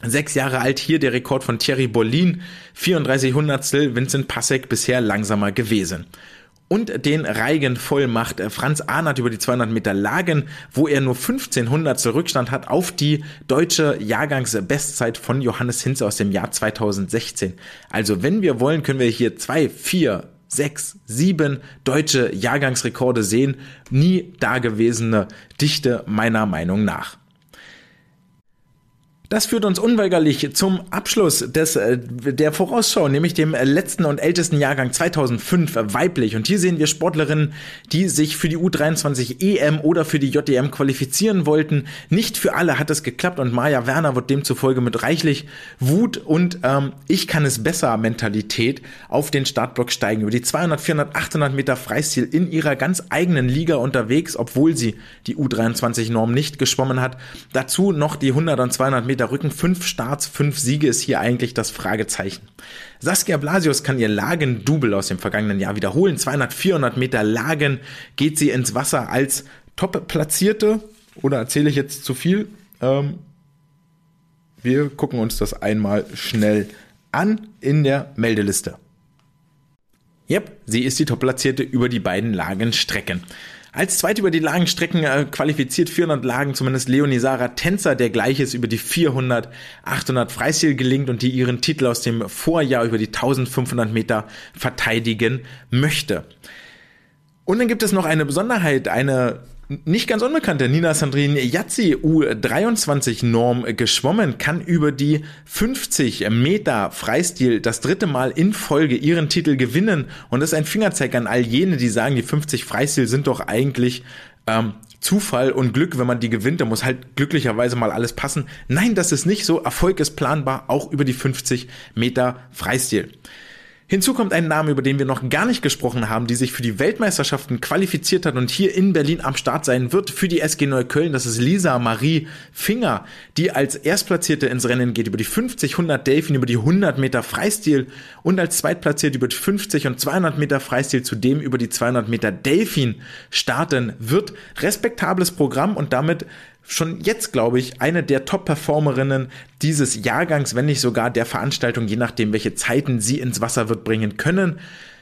Sechs Jahre alt hier der Rekord von Thierry Bollin, vierunddreißig Hundertstel, Vincent Passek bisher langsamer gewesen. Und den Reigen voll macht Franz Arnert über die zweihundert Meter Lagen, wo er nur fünfzehn Hundertstel Rückstand hat auf die deutsche Jahrgangsbestzeit von Johannes Hinze aus dem Jahr zweitausendsechzehn. Also wenn wir wollen, können wir hier zwei, vier, sechs, sieben deutsche Jahrgangsrekorde sehen. Nie dagewesene Dichte meiner Meinung nach. Das führt uns unweigerlich zum Abschluss des, der Vorausschau, nämlich dem letzten und ältesten Jahrgang zweitausendfünf weiblich. Und hier sehen wir Sportlerinnen, die sich für die U dreiundzwanzig E M oder für die J D M qualifizieren wollten. Nicht für alle hat es geklappt und Maja Werner wird demzufolge mit reichlich Wut und ähm, ich kann es besser Mentalität auf den Startblock steigen. Über die zweihundert, vierhundert, achthundert Meter Freistil in ihrer ganz eigenen Liga unterwegs, obwohl sie die U dreiundzwanzig Norm nicht geschwommen hat. Dazu noch die hundert und zweihundert Meter Rücken, fünf Starts, fünf Siege ist hier eigentlich das Fragezeichen. Saskia Blasius kann ihr Lagen-Double aus dem vergangenen Jahr wiederholen. zweihundert, vierhundert Meter Lagen geht sie ins Wasser als Top-Platzierte. Oder erzähle ich jetzt zu viel? Ähm, wir gucken uns das einmal schnell an in der Meldeliste. Yep, sie ist die Top-Platzierte über die beiden Lagenstrecken. Als Zweite über die Lagenstrecken äh, qualifiziert vierhundert Lagen zumindest Leonie Sarah Tänzer, der Gleiches über die vierhundert, achthundert Freistil gelingt und die ihren Titel aus dem Vorjahr über die eintausendfünfhundert Meter verteidigen möchte. Und dann gibt es noch eine Besonderheit, eine nicht ganz unbekannte. Nina Sandrine Yazzi, U dreiundzwanzig Norm geschwommen, kann über die fünfzig Meter Freistil das dritte Mal in Folge ihren Titel gewinnen. Und das ist ein Fingerzeig an all jene, die sagen, die fünfzig Freistil sind doch eigentlich ähm, Zufall und Glück, wenn man die gewinnt. Da muss halt glücklicherweise mal alles passen. Nein, das ist nicht so. Erfolg ist planbar, auch über die fünfzig Meter Freistil. Hinzu kommt ein Name, über den wir noch gar nicht gesprochen haben, die sich für die Weltmeisterschaften qualifiziert hat und hier in Berlin am Start sein wird für die S G Neukölln. Das ist Lisa Marie Finger, die als Erstplatzierte ins Rennen geht über die fünfzig, hundert Delfin, über die hundert Meter Freistil und als Zweitplatzierte über die fünfzig und zweihundert Meter Freistil, zudem über die zweihundert Meter Delfin starten wird. Respektables Programm und damit schon jetzt, glaube ich, eine der Top-Performerinnen dieses Jahrgangs, wenn nicht sogar der Veranstaltung, je nachdem, welche Zeiten sie ins Wasser wird bringen können.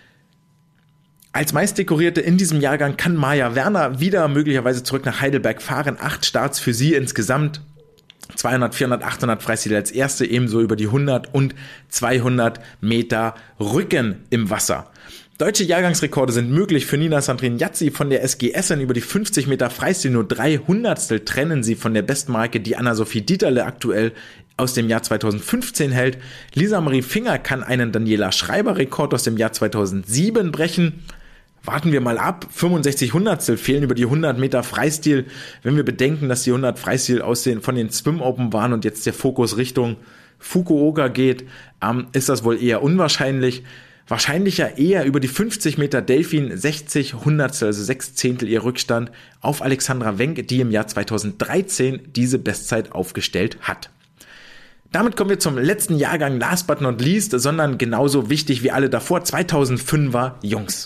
Als meistdekorierte in diesem Jahrgang kann Maja Werner wieder möglicherweise zurück nach Heidelberg fahren. Acht Starts für sie insgesamt. zweihundert, vierhundert, achthundert Freistil als erste, ebenso über die hundert und zweihundert Meter Rücken im Wasser. Deutsche Jahrgangsrekorde sind möglich für Nina Sandrine Yazzi von der S G Essen über die fünfzig Meter Freistil. Nur drei Hundertstel trennen sie von der Bestmarke, die Anna-Sophie Dieterle aktuell aus dem Jahr zweitausendfünfzehn hält. Lisa Marie Finger kann einen Daniela Schreiber-Rekord aus dem Jahr zweitausendsieben brechen. Warten wir mal ab. fünfundsechzig Hundertstel fehlen über die hundert Meter Freistil. Wenn wir bedenken, dass die hundert Freistil aus den, von den Swim Open waren und jetzt der Fokus Richtung Fukuoka geht, ähm, ist das wohl eher unwahrscheinlich. Wahrscheinlicher eher über die fünfzig Meter Delfin, sechzig Hundertstel, also sechs Zehntel ihr Rückstand auf Alexandra Wenck, die im Jahr zweitausenddreizehn diese Bestzeit aufgestellt hat. Damit kommen wir zum letzten Jahrgang, last but not least, sondern genauso wichtig wie alle davor, zweitausendfünfer Jungs.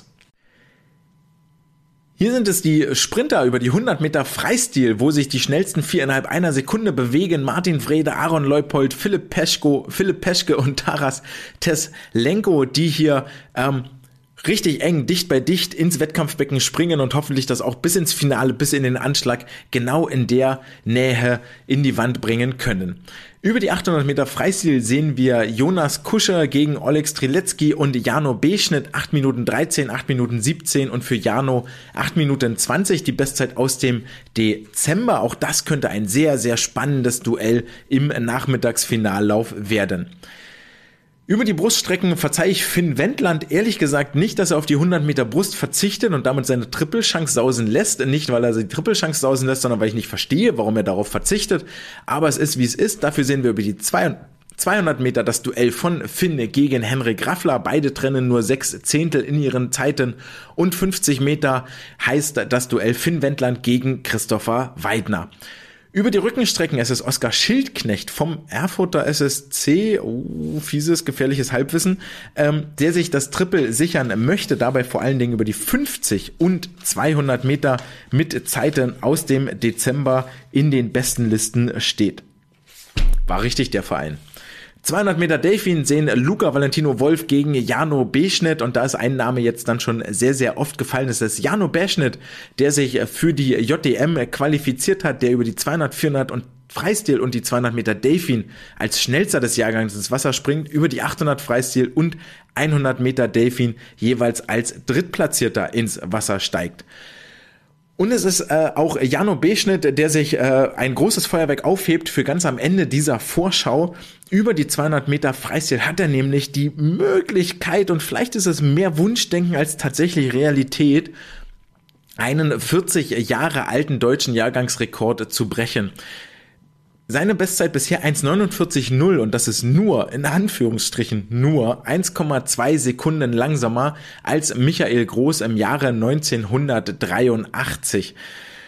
Hier sind es die Sprinter über die hundert Meter Freistil, wo sich die schnellsten vier innerhalb einer Sekunde bewegen. Martin Wrede, Aaron Leupold, Philipp Peschko, Philipp Peschke und Taras Teslenko, die hier ähm, richtig eng, dicht bei dicht ins Wettkampfbecken springen und hoffentlich das auch bis ins Finale, bis in den Anschlag genau in der Nähe in die Wand bringen können. Über die achthundert Meter Freistil sehen wir Jonas Kuscher gegen Oleg Strilecki und Jano B-Schnitt, acht Minuten dreizehn, acht Minuten siebzehn und für Jano acht Minuten zwanzig, die Bestzeit aus dem Dezember. Auch das könnte ein sehr, sehr spannendes Duell im Nachmittagsfinallauf werden. Über die Bruststrecken verzeihe ich Finn Wendland ehrlich gesagt nicht, dass er auf die hundert Meter Brust verzichtet und damit seine Triple-Chance sausen lässt. Nicht, weil er die Triple-Chance sausen lässt, sondern weil ich nicht verstehe, warum er darauf verzichtet. Aber es ist, wie es ist. Dafür sehen wir über die zweihundert Meter das Duell von Finn gegen Henrik Raffler. Beide trennen nur sechs Zehntel in ihren Zeiten. Und fünfzig Meter heißt das Duell Finn Wendland gegen Christopher Weidner. Über die Rückenstrecken ist es Oskar Schildknecht vom Erfurter S S C, oh, fieses, gefährliches Halbwissen, ähm, der sich das Triple sichern möchte, dabei vor allen Dingen über die fünfzig und zweihundert Meter mit Zeiten aus dem Dezember in den besten Listen steht. war richtig der Verein. zweihundert Meter Delfin sehen Luca Valentino Wolf gegen Jano Beschnitt und da ist ein Name jetzt dann schon sehr, sehr oft gefallen. Das ist Jano Beschnitt, der sich für die J D M qualifiziert hat, der über die zweihundert, vierhundert und Freistil und die zweihundert Meter Delfin als schnellster des Jahrgangs ins Wasser springt, über die achthundert Freistil und hundert Meter Delfin jeweils als Drittplatzierter ins Wasser steigt. Und es ist äh, auch Jano Beschnitt, der sich äh, ein großes Feuerwerk aufhebt für ganz am Ende dieser Vorschau. Über die zweihundert Meter Freistil hat er nämlich die Möglichkeit, und vielleicht ist es mehr Wunschdenken als tatsächlich Realität, einen vierzig Jahre alten deutschen Jahrgangsrekord zu brechen. Seine Bestzeit bisher eins neunundvierzig null und das ist nur, in Anführungsstrichen nur, eins Komma zwei Sekunden langsamer als Michael Groß im Jahre neunzehnhundertdreiundachtzig.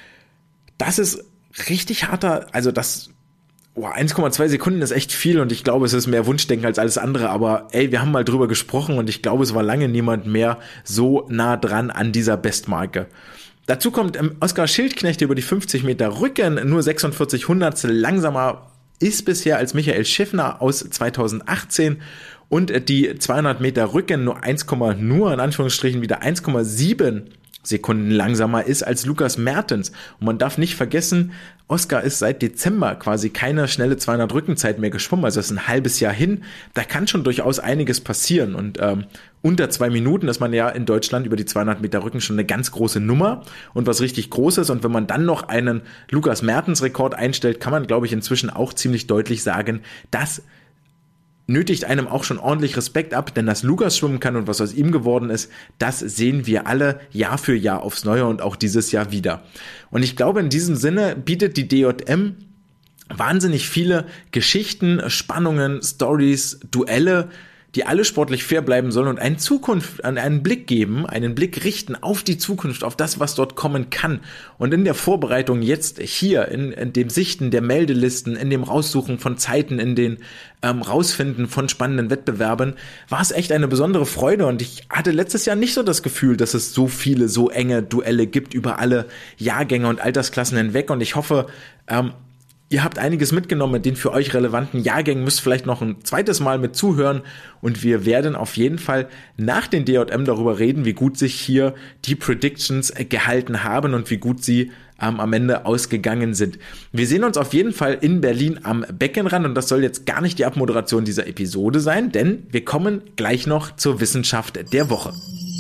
Das ist richtig harter, also das, oh, eins Komma zwei Sekunden ist echt viel und ich glaube, es ist mehr Wunschdenken als alles andere, aber ey, wir haben mal drüber gesprochen und ich glaube, es war lange niemand mehr so nah dran an dieser Bestmarke. Dazu kommt Oskar Schildknecht über die fünfzig Meter Rücken, nur sechsundvierzig Hundertstel langsamer ist bisher als Michael Schiffner aus zweitausendachtzehn und die zweihundert Meter Rücken nur eins, nur in Anführungsstrichen wieder eins Komma sieben Sekunden langsamer ist als Lukas Mertens. Und man darf nicht vergessen, Oskar ist seit Dezember quasi keine schnelle zweihundert Rückenzeit mehr geschwommen, also das ist ein halbes Jahr hin. Da kann schon durchaus einiges passieren und ähm, unter zwei Minuten ist man ja in Deutschland über die zweihundert Meter Rücken schon eine ganz große Nummer und was richtig Großes. Und wenn man dann noch einen Lukas Mertens Rekord einstellt, kann man, glaube ich, inzwischen auch ziemlich deutlich sagen, dass nötigt einem auch schon ordentlich Respekt ab, denn dass Lukas schwimmen kann und was aus ihm geworden ist, das sehen wir alle Jahr für Jahr aufs Neue und auch dieses Jahr wieder. Und ich glaube, in diesem Sinne bietet die D J M wahnsinnig viele Geschichten, Spannungen, Stories, Duelle, die alle sportlich fair bleiben sollen und einen Zukunft, einen Blick geben, einen Blick richten auf die Zukunft, auf das, was dort kommen kann. Und in der Vorbereitung jetzt hier, in, in dem Sichten der Meldelisten, in dem Raussuchen von Zeiten, in den ähm, Rausfinden von spannenden Wettbewerben, war es echt eine besondere Freude. Und ich hatte letztes Jahr nicht so das Gefühl, dass es so viele, so enge Duelle gibt über alle Jahrgänge und Altersklassen hinweg. Und ich hoffe, ähm, ihr habt einiges mitgenommen mit den für euch relevanten Jahrgängen, müsst vielleicht noch ein zweites Mal mit zuhören und wir werden auf jeden Fall nach den D J M darüber reden, wie gut sich hier die Predictions gehalten haben und wie gut sie ähm, am Ende ausgegangen sind. Wir sehen uns auf jeden Fall in Berlin am Beckenrand und das soll jetzt gar nicht die Abmoderation dieser Episode sein, denn wir kommen gleich noch zur Wissenschaft der Woche.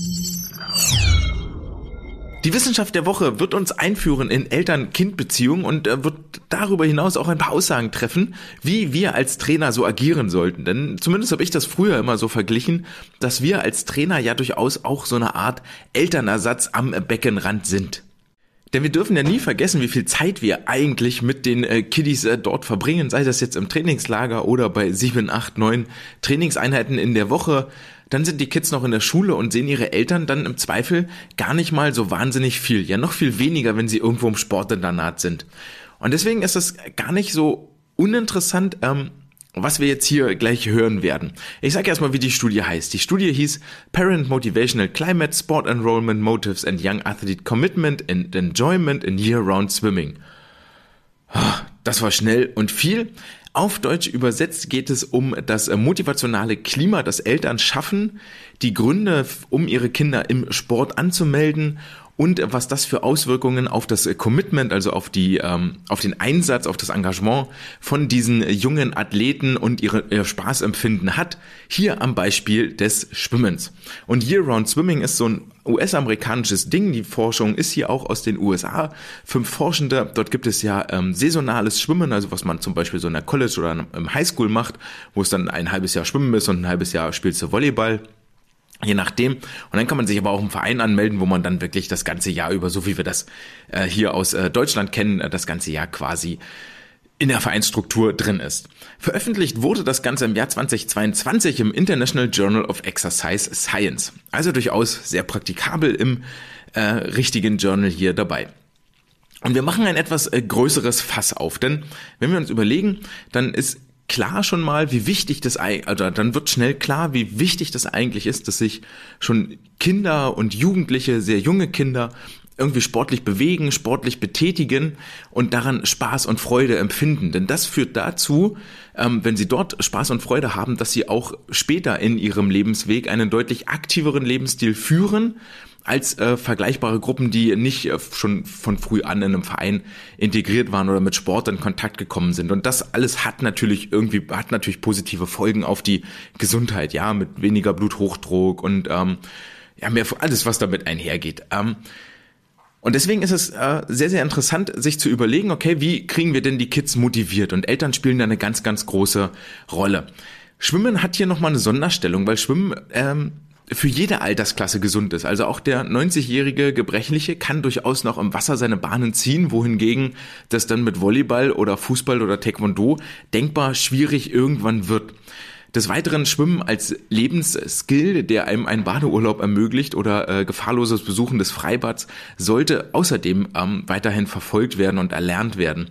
Die Wissenschaft der Woche wird uns einführen in Eltern-Kind-Beziehungen und äh, wird darüber hinaus auch ein paar Aussagen treffen, wie wir als Trainer so agieren sollten. Denn zumindest habe ich das früher immer so verglichen, dass wir als Trainer ja durchaus auch so eine Art Elternersatz am Beckenrand sind. Denn wir dürfen ja nie vergessen, wie viel Zeit wir eigentlich mit den äh, Kiddies äh, dort verbringen, sei das jetzt im Trainingslager oder bei sieben, acht, neun Trainingseinheiten in der Woche. Dann sind die Kids noch in der Schule und sehen ihre Eltern dann im Zweifel gar nicht mal so wahnsinnig viel. Ja, noch viel weniger, wenn sie irgendwo im Sportinternat sind. Und deswegen ist es gar nicht so uninteressant, ähm, was wir jetzt hier gleich hören werden. Ich sage erstmal, wie die Studie heißt. Die Studie hieß Parent Motivational Climate, Sport Enrollment Motives and Young Athlete Commitment and Enjoyment in Year-Round Swimming. Das war schnell und viel. Auf Deutsch übersetzt geht es um das motivationale Klima, das Eltern schaffen, die Gründe, um ihre Kinder im Sport anzumelden und was das für Auswirkungen auf das Commitment, also auf die, ähm, auf den Einsatz, auf das Engagement von diesen jungen Athleten und ihre, ihr Spaßempfinden hat. Hier am Beispiel des Schwimmens. Und Year-Round Swimming ist so ein U S-amerikanisches Ding. Die Forschung ist hier auch aus den U S A. Fünf Forschende, dort gibt es ja ähm, saisonales Schwimmen, also was man zum Beispiel so in der College oder im Highschool macht, wo es dann ein halbes Jahr Schwimmen ist und ein halbes Jahr spielst du Volleyball. Je nachdem. Und dann kann man sich aber auch im Verein anmelden, wo man dann wirklich das ganze Jahr über, so wie wir das äh, hier aus äh, Deutschland kennen, äh, das ganze Jahr quasi in der Vereinsstruktur drin ist. Veröffentlicht wurde das Ganze im Jahr zweitausendzweiundzwanzig im International Journal of Exercise Science. Also durchaus sehr praktikabel im äh, richtigen Journal hier dabei. Und wir machen ein etwas äh, größeres Fass auf, denn wenn wir uns überlegen, dann ist klar schon mal, wie wichtig das, also dann wird schnell klar, wie wichtig das eigentlich ist, dass sich schon Kinder und Jugendliche, sehr junge Kinder, irgendwie sportlich bewegen, sportlich betätigen und daran Spaß und Freude empfinden. Denn das führt dazu, ähm, wenn sie dort Spaß und Freude haben, dass sie auch später in ihrem Lebensweg einen deutlich aktiveren Lebensstil führen als äh, vergleichbare Gruppen, die nicht äh, schon von früh an in einem Verein integriert waren oder mit Sport in Kontakt gekommen sind. Und das alles hat natürlich irgendwie, hat natürlich positive Folgen auf die Gesundheit, ja, mit weniger Bluthochdruck und ähm, ja, mehr alles, was damit einhergeht. Ähm, Und deswegen ist es äh, sehr, sehr interessant, sich zu überlegen, okay, wie kriegen wir denn die Kids motiviert? Und Eltern spielen da eine ganz, ganz große Rolle. Schwimmen hat hier nochmal eine Sonderstellung, weil Schwimmen ähm, für jede Altersklasse gesund ist. Also auch der neunzigjährige Gebrechliche kann durchaus noch im Wasser seine Bahnen ziehen, wohingegen das dann mit Volleyball oder Fußball oder Taekwondo denkbar schwierig irgendwann wird. Des Weiteren Schwimmen als Lebensskill, der einem einen Badeurlaub ermöglicht oder äh, gefahrloses Besuchen des Freibads, sollte außerdem ähm, weiterhin verfolgt werden und erlernt werden.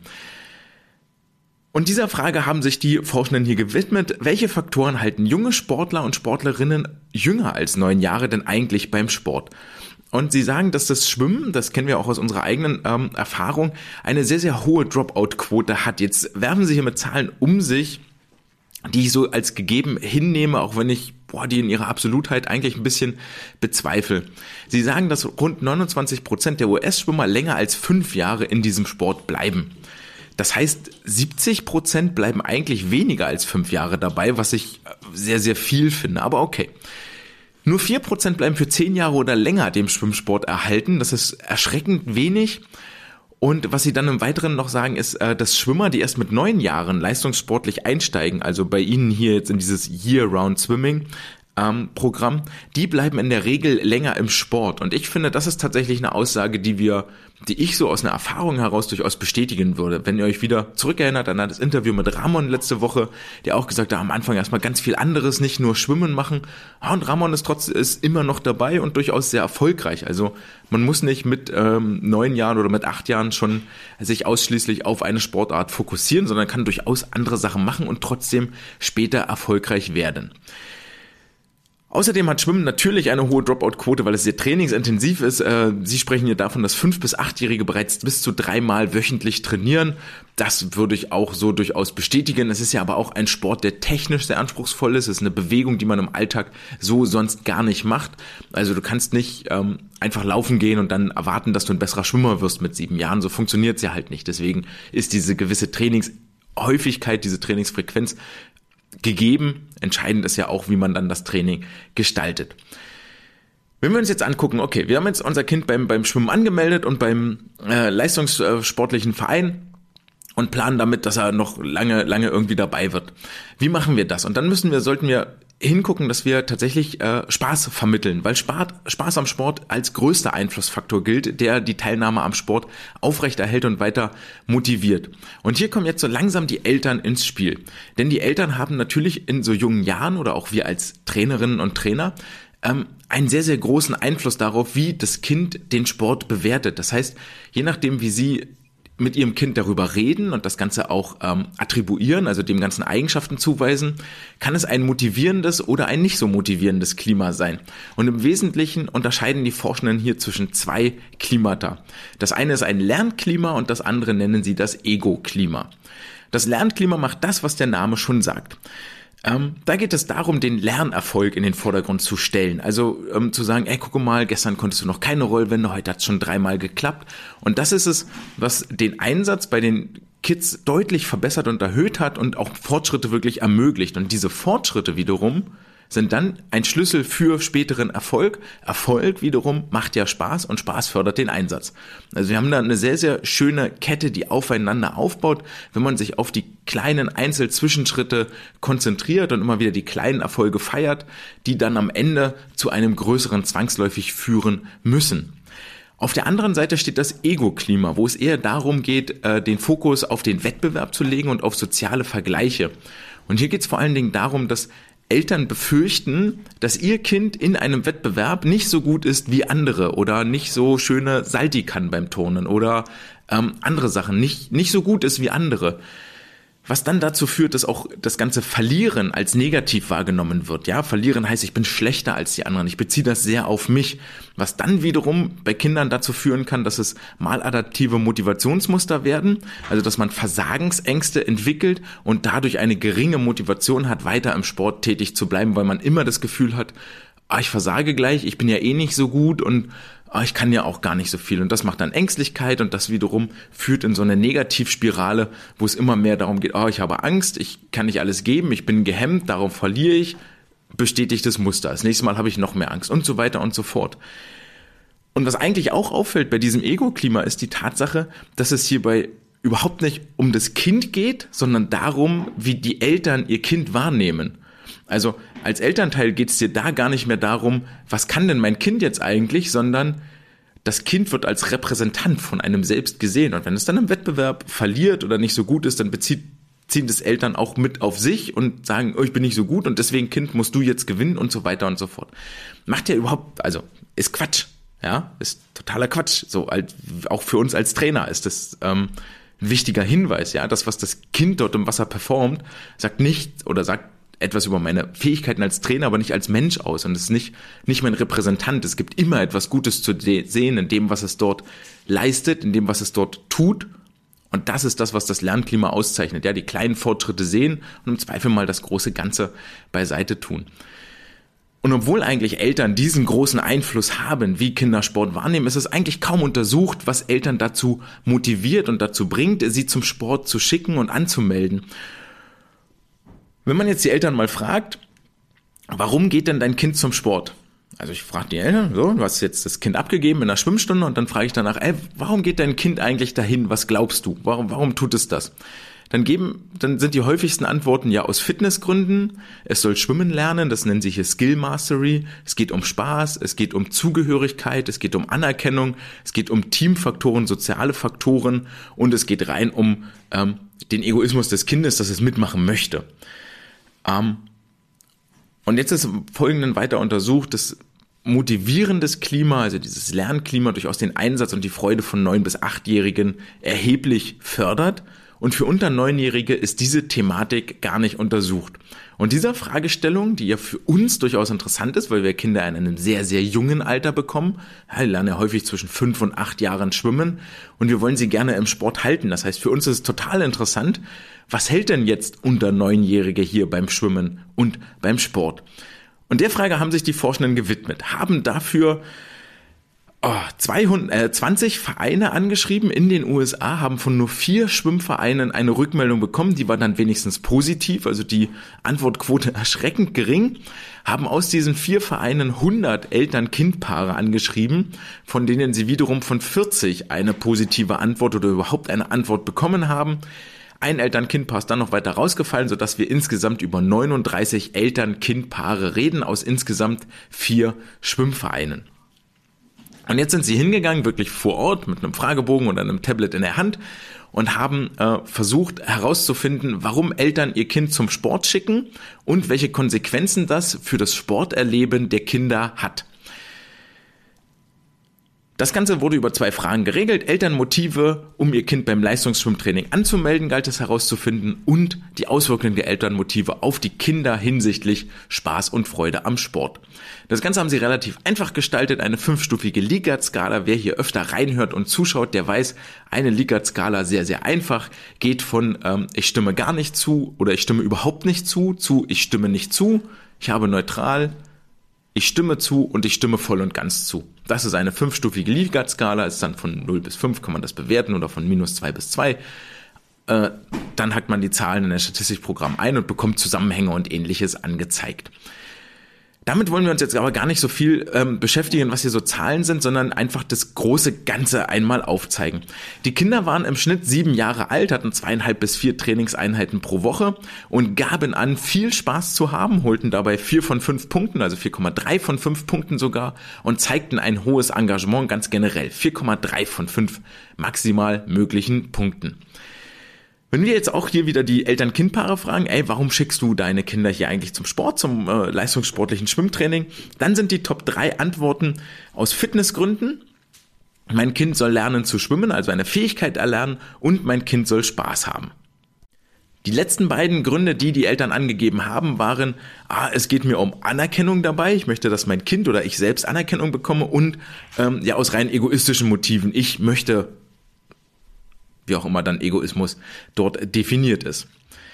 Und dieser Frage haben sich die Forschenden hier gewidmet. Welche Faktoren halten junge Sportler und Sportlerinnen jünger als neun Jahre denn eigentlich beim Sport? Und sie sagen, dass das Schwimmen, das kennen wir auch aus unserer eigenen ähm, Erfahrung, eine sehr, sehr hohe Dropout-Quote hat. Jetzt werfen sie hier mit Zahlen um sich, die ich so als gegeben hinnehme, auch wenn ich boah, die in ihrer Absolutheit eigentlich ein bisschen bezweifle. Sie sagen, dass rund neunundzwanzig Prozent der U S-Schwimmer länger als fünf Jahre in diesem Sport bleiben. Das heißt, siebzig Prozent bleiben eigentlich weniger als fünf Jahre dabei, was ich sehr, sehr viel finde, aber okay. Nur vier Prozent bleiben für zehn Jahre oder länger dem Schwimmsport erhalten. Das ist erschreckend wenig. Und was sie dann im Weiteren noch sagen, ist, dass Schwimmer, die erst mit neun Jahren leistungssportlich einsteigen, also bei ihnen hier jetzt in dieses Year-Round-Swimming, Ähm, Programm, die bleiben in der Regel länger im Sport. Und ich finde, das ist tatsächlich eine Aussage, die wir, die ich so aus einer Erfahrung heraus durchaus bestätigen würde. Wenn ihr euch wieder zurückerinnert an das Interview mit Ramon letzte Woche, der auch gesagt hat, am Anfang erstmal ganz viel anderes, nicht nur Schwimmen machen. Und Ramon ist trotzdem ist immer noch dabei und durchaus sehr erfolgreich. Also man muss nicht mit ähm, neun Jahren oder mit acht Jahren schon sich ausschließlich auf eine Sportart fokussieren, sondern kann durchaus andere Sachen machen und trotzdem später erfolgreich werden. Außerdem hat Schwimmen natürlich eine hohe Dropout-Quote, weil es sehr trainingsintensiv ist. Sie sprechen hier davon, dass fünf- bis achtjährige bereits bis zu dreimal wöchentlich trainieren. Das würde ich auch so durchaus bestätigen. Es ist ja aber auch ein Sport, der technisch sehr anspruchsvoll ist. Es ist eine Bewegung, die man im Alltag so sonst gar nicht macht. Also du kannst nicht ähm, einfach laufen gehen und dann erwarten, dass du ein besserer Schwimmer wirst mit sieben Jahren. So funktioniert es ja halt nicht. Deswegen ist diese gewisse Trainingshäufigkeit, diese Trainingsfrequenz gegeben. Entscheidend ist ja auch, wie man dann das Training gestaltet. Wenn wir uns jetzt angucken, okay, wir haben jetzt unser Kind beim, beim Schwimmen angemeldet und beim äh, leistungssportlichen Verein und planen damit, dass er noch lange, lange irgendwie dabei wird. Wie machen wir das? Und dann müssen wir, sollten wir hingucken, dass wir tatsächlich äh, Spaß vermitteln, weil Spaß, Spaß am Sport als größter Einflussfaktor gilt, der die Teilnahme am Sport aufrechterhält und weiter motiviert. Und hier kommen jetzt so langsam die Eltern ins Spiel. Denn die Eltern haben natürlich in so jungen Jahren oder auch wir als Trainerinnen und Trainer ähm, einen sehr, sehr großen Einfluss darauf, wie das Kind den Sport bewertet. Das heißt, je nachdem, wie sie mit ihrem Kind darüber reden und das Ganze auch ähm, attribuieren, also dem ganzen Eigenschaften zuweisen, kann es ein motivierendes oder ein nicht so motivierendes Klima sein. Und im Wesentlichen unterscheiden die Forschenden hier zwischen zwei Klimata. Das eine ist ein Lernklima und das andere nennen sie das Ego-Klima. Das Lernklima macht das, was der Name schon sagt. Ähm, da geht es darum, den Lernerfolg in den Vordergrund zu stellen. Also ähm, zu sagen, ey, guck mal, gestern konntest du noch keine Rollwende, heute hat es schon dreimal geklappt. Und das ist es, was den Einsatz bei den Kids deutlich verbessert und erhöht hat und auch Fortschritte wirklich ermöglicht. Und diese Fortschritte wiederum sind dann ein Schlüssel für späteren Erfolg. Erfolg wiederum macht ja Spaß und Spaß fördert den Einsatz. Also wir haben da eine sehr, sehr schöne Kette, die aufeinander aufbaut, wenn man sich auf die kleinen Einzelzwischenschritte konzentriert und immer wieder die kleinen Erfolge feiert, die dann am Ende zu einem größeren zwangsläufig führen müssen. Auf der anderen Seite steht das Ego-Klima, wo es eher darum geht, den Fokus auf den Wettbewerb zu legen und auf soziale Vergleiche. Und hier geht es vor allen Dingen darum, dass Eltern befürchten, dass ihr Kind in einem Wettbewerb nicht so gut ist wie andere oder nicht so schöne Salti kann beim Turnen oder ähm, andere Sachen, nicht, nicht so gut ist wie andere. Was dann dazu führt, dass auch das ganze Verlieren als negativ wahrgenommen wird. Ja, Verlieren heißt, ich bin schlechter als die anderen. Ich beziehe das sehr auf mich. Was dann wiederum bei Kindern dazu führen kann, dass es maladaptive Motivationsmuster werden. Also, dass man Versagensängste entwickelt und dadurch eine geringe Motivation hat, weiter im Sport tätig zu bleiben, weil man immer das Gefühl hat, ah, ich versage gleich, ich bin ja eh nicht so gut und ah, ich kann ja auch gar nicht so viel. Und das macht dann Ängstlichkeit und das wiederum führt in so eine Negativspirale, wo es immer mehr darum geht, oh, ich habe Angst, ich kann nicht alles geben, ich bin gehemmt, darum verliere ich, bestätigtes Muster. Das nächste Mal habe ich noch mehr Angst und so weiter und so fort. Und was eigentlich auch auffällt bei diesem Ego-Klima ist die Tatsache, dass es hierbei überhaupt nicht um das Kind geht, sondern darum, wie die Eltern ihr Kind wahrnehmen. Also als Elternteil geht es dir da gar nicht mehr darum, was kann denn mein Kind jetzt eigentlich, sondern das Kind wird als Repräsentant von einem selbst gesehen. Und wenn es dann im Wettbewerb verliert oder nicht so gut ist, dann bezieht, ziehen das Eltern auch mit auf sich und sagen, oh, ich bin nicht so gut und deswegen, Kind, musst du jetzt gewinnen und so weiter und so fort. Macht ja überhaupt, also ist Quatsch, ja, ist totaler Quatsch. So, als, auch für uns als Trainer ist das ähm, ein wichtiger Hinweis, ja, das, was das Kind dort im Wasser performt, sagt nicht oder sagt etwas über meine Fähigkeiten als Trainer, aber nicht als Mensch aus. Und es ist nicht, nicht mein Repräsentant. Es gibt immer etwas Gutes zu de- sehen in dem, was es dort leistet, in dem, was es dort tut. Und das ist das, was das Lernklima auszeichnet. Ja, die kleinen Fortschritte sehen und im Zweifel mal das große Ganze beiseite tun. Und obwohl eigentlich Eltern diesen großen Einfluss haben, wie Kinder Sport wahrnehmen, ist es eigentlich kaum untersucht, was Eltern dazu motiviert und dazu bringt, sie zum Sport zu schicken und anzumelden. Wenn man jetzt die Eltern mal fragt, warum geht denn dein Kind zum Sport? Also ich frage die Eltern, so, du hast jetzt das Kind abgegeben in der Schwimmstunde und dann frage ich danach, ey, warum geht dein Kind eigentlich dahin? Was glaubst du? Warum, warum tut es das? Dann geben, dann sind die häufigsten Antworten ja aus Fitnessgründen. Es soll schwimmen lernen, das nennt sich hier Skill Mastery. Es geht um Spaß, es geht um Zugehörigkeit, es geht um Anerkennung, es geht um Teamfaktoren, soziale Faktoren und es geht rein um ähm, den Egoismus des Kindes, dass es mitmachen möchte. Um, und jetzt ist im Folgenden weiter untersucht, dass motivierendes Klima, also dieses Lernklima durchaus den Einsatz und die Freude von neun- bis achtjährigen erheblich fördert. Und für unter neunjährige ist diese Thematik gar nicht untersucht. Und dieser Fragestellung, die ja für uns durchaus interessant ist, weil wir Kinder in einem sehr, sehr jungen Alter bekommen, ja, die lernen ja häufig zwischen fünf und acht Jahren schwimmen und wir wollen sie gerne im Sport halten. Das heißt, für uns ist es total interessant, was hält denn jetzt unter Neunjährige hier beim Schwimmen und beim Sport? Und der Frage haben sich die Forschenden gewidmet, haben dafür oh, zweihundert, äh, zwanzig Vereine angeschrieben in den U S A, haben von nur vier Schwimmvereinen eine Rückmeldung bekommen, die war dann wenigstens positiv, also die Antwortquote erschreckend gering, haben aus diesen vier Vereinen hundert Eltern-Kind-Paare angeschrieben, von denen sie wiederum von vierzig eine positive Antwort oder überhaupt eine Antwort bekommen haben. Ein Eltern-Kind-Paar ist dann noch weiter rausgefallen, sodass wir insgesamt über neununddreißig Eltern-Kind-Paare reden aus insgesamt vier Schwimmvereinen. Und jetzt sind sie hingegangen, wirklich vor Ort mit einem Fragebogen oder einem Tablet in der Hand und haben äh, versucht herauszufinden, warum Eltern ihr Kind zum Sport schicken und welche Konsequenzen das für das Sporterleben der Kinder hat. Das Ganze wurde über zwei Fragen geregelt. Elternmotive, um ihr Kind beim Leistungsschwimmtraining anzumelden, galt es herauszufinden und die Auswirkungen der Elternmotive auf die Kinder hinsichtlich Spaß und Freude am Sport. Das Ganze haben sie relativ einfach gestaltet, eine fünfstufige Likert-Skala. Wer hier öfter reinhört und zuschaut, der weiß, eine Likert-Skala sehr, sehr einfach, geht von ähm, ich stimme gar nicht zu oder ich stimme überhaupt nicht zu, zu ich stimme nicht zu, ich habe neutral, ich stimme zu und ich stimme voll und ganz zu. Das ist eine fünfstufige Likert-Skala, ist dann von null bis fünf kann man das bewerten oder von minus zwei bis zwei. Äh, dann hackt man die Zahlen in ein Statistikprogramm ein und bekommt Zusammenhänge und Ähnliches angezeigt. Damit wollen wir uns jetzt aber gar nicht so viel ähm, beschäftigen, was hier so Zahlen sind, sondern einfach das große Ganze einmal aufzeigen. Die Kinder waren im Schnitt sieben Jahre alt, hatten zweieinhalb bis vier Trainingseinheiten pro Woche und gaben an, viel Spaß zu haben, holten dabei vier von fünf Punkten, also vier Komma drei von fünf Punkten sogar und zeigten ein hohes Engagement ganz generell, vier Komma drei von fünf maximal möglichen Punkten. Wenn wir jetzt auch hier wieder die Eltern-Kind-Paare fragen, ey, warum schickst du deine Kinder hier eigentlich zum Sport, zum äh, leistungssportlichen Schwimmtraining, dann sind die Top drei Antworten aus Fitnessgründen. Mein Kind soll lernen zu schwimmen, also eine Fähigkeit erlernen und mein Kind soll Spaß haben. Die letzten beiden Gründe, die die Eltern angegeben haben, waren, ah, es geht mir um Anerkennung dabei, ich möchte, dass mein Kind oder ich selbst Anerkennung bekomme und ähm, ja aus rein egoistischen Motiven, ich möchte, wie auch immer dann Egoismus dort definiert ist.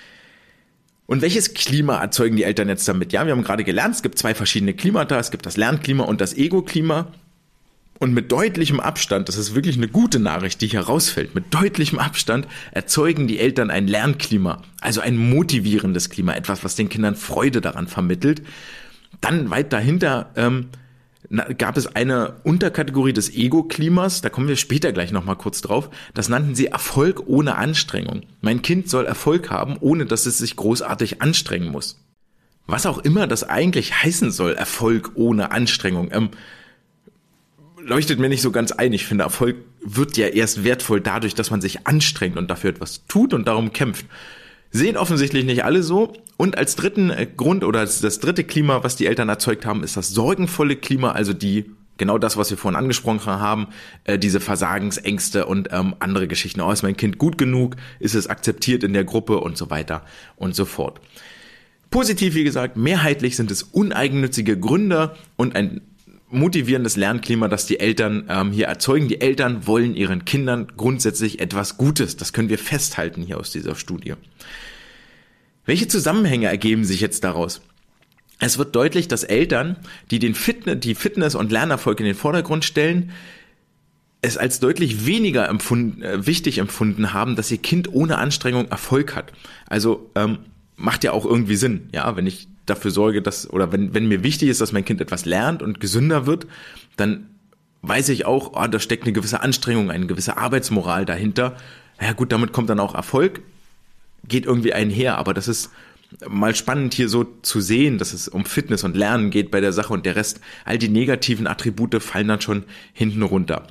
Und welches Klima erzeugen die Eltern jetzt damit? Ja, wir haben gerade gelernt, es gibt zwei verschiedene Klimata, es gibt das Lernklima und das Ego-Klima. Und mit deutlichem Abstand, das ist wirklich eine gute Nachricht, die hier rausfällt, mit deutlichem Abstand erzeugen die Eltern ein Lernklima, also ein motivierendes Klima, etwas, was den Kindern Freude daran vermittelt. Dann weit dahinter ähm, gab es eine Unterkategorie des Ego-Klimas, da kommen wir später gleich nochmal kurz drauf, das nannten sie Erfolg ohne Anstrengung. Mein Kind soll Erfolg haben, ohne dass es sich großartig anstrengen muss. Was auch immer das eigentlich heißen soll, Erfolg ohne Anstrengung, ähm, leuchtet mir nicht so ganz ein. Ich finde, Erfolg wird ja erst wertvoll dadurch, dass man sich anstrengt und dafür etwas tut und darum kämpft. Sehen offensichtlich nicht alle so. Und als dritten Grund oder das dritte Klima, was die Eltern erzeugt haben, ist das sorgenvolle Klima, also die, genau das, was wir vorhin angesprochen haben, äh, diese Versagensängste und ähm, andere Geschichten. Oh, ist mein Kind gut genug? Ist es akzeptiert in der Gruppe? Und so weiter und so fort. Positiv, wie gesagt, mehrheitlich sind es uneigennützige Gründe und ein motivierendes Lernklima, das die Eltern ähm, hier erzeugen. Die Eltern wollen ihren Kindern grundsätzlich etwas Gutes. Das können wir festhalten hier aus dieser Studie. Welche Zusammenhänge ergeben sich jetzt daraus? Es wird deutlich, dass Eltern, die den Fitness, die Fitness- und Lernerfolg in den Vordergrund stellen, es als deutlich weniger empfunden, äh, wichtig empfunden haben, dass ihr Kind ohne Anstrengung Erfolg hat. Also ähm, macht ja auch irgendwie Sinn, ja, wenn ich dafür sorge, dass, oder wenn, wenn mir wichtig ist, dass mein Kind etwas lernt und gesünder wird, dann weiß ich auch, oh, da steckt eine gewisse Anstrengung, eine gewisse Arbeitsmoral dahinter. Ja gut, damit kommt dann auch Erfolg, geht irgendwie einher, aber das ist mal spannend hier so zu sehen, dass es um Fitness und Lernen geht bei der Sache und der Rest, all die negativen Attribute fallen dann schon hinten runter.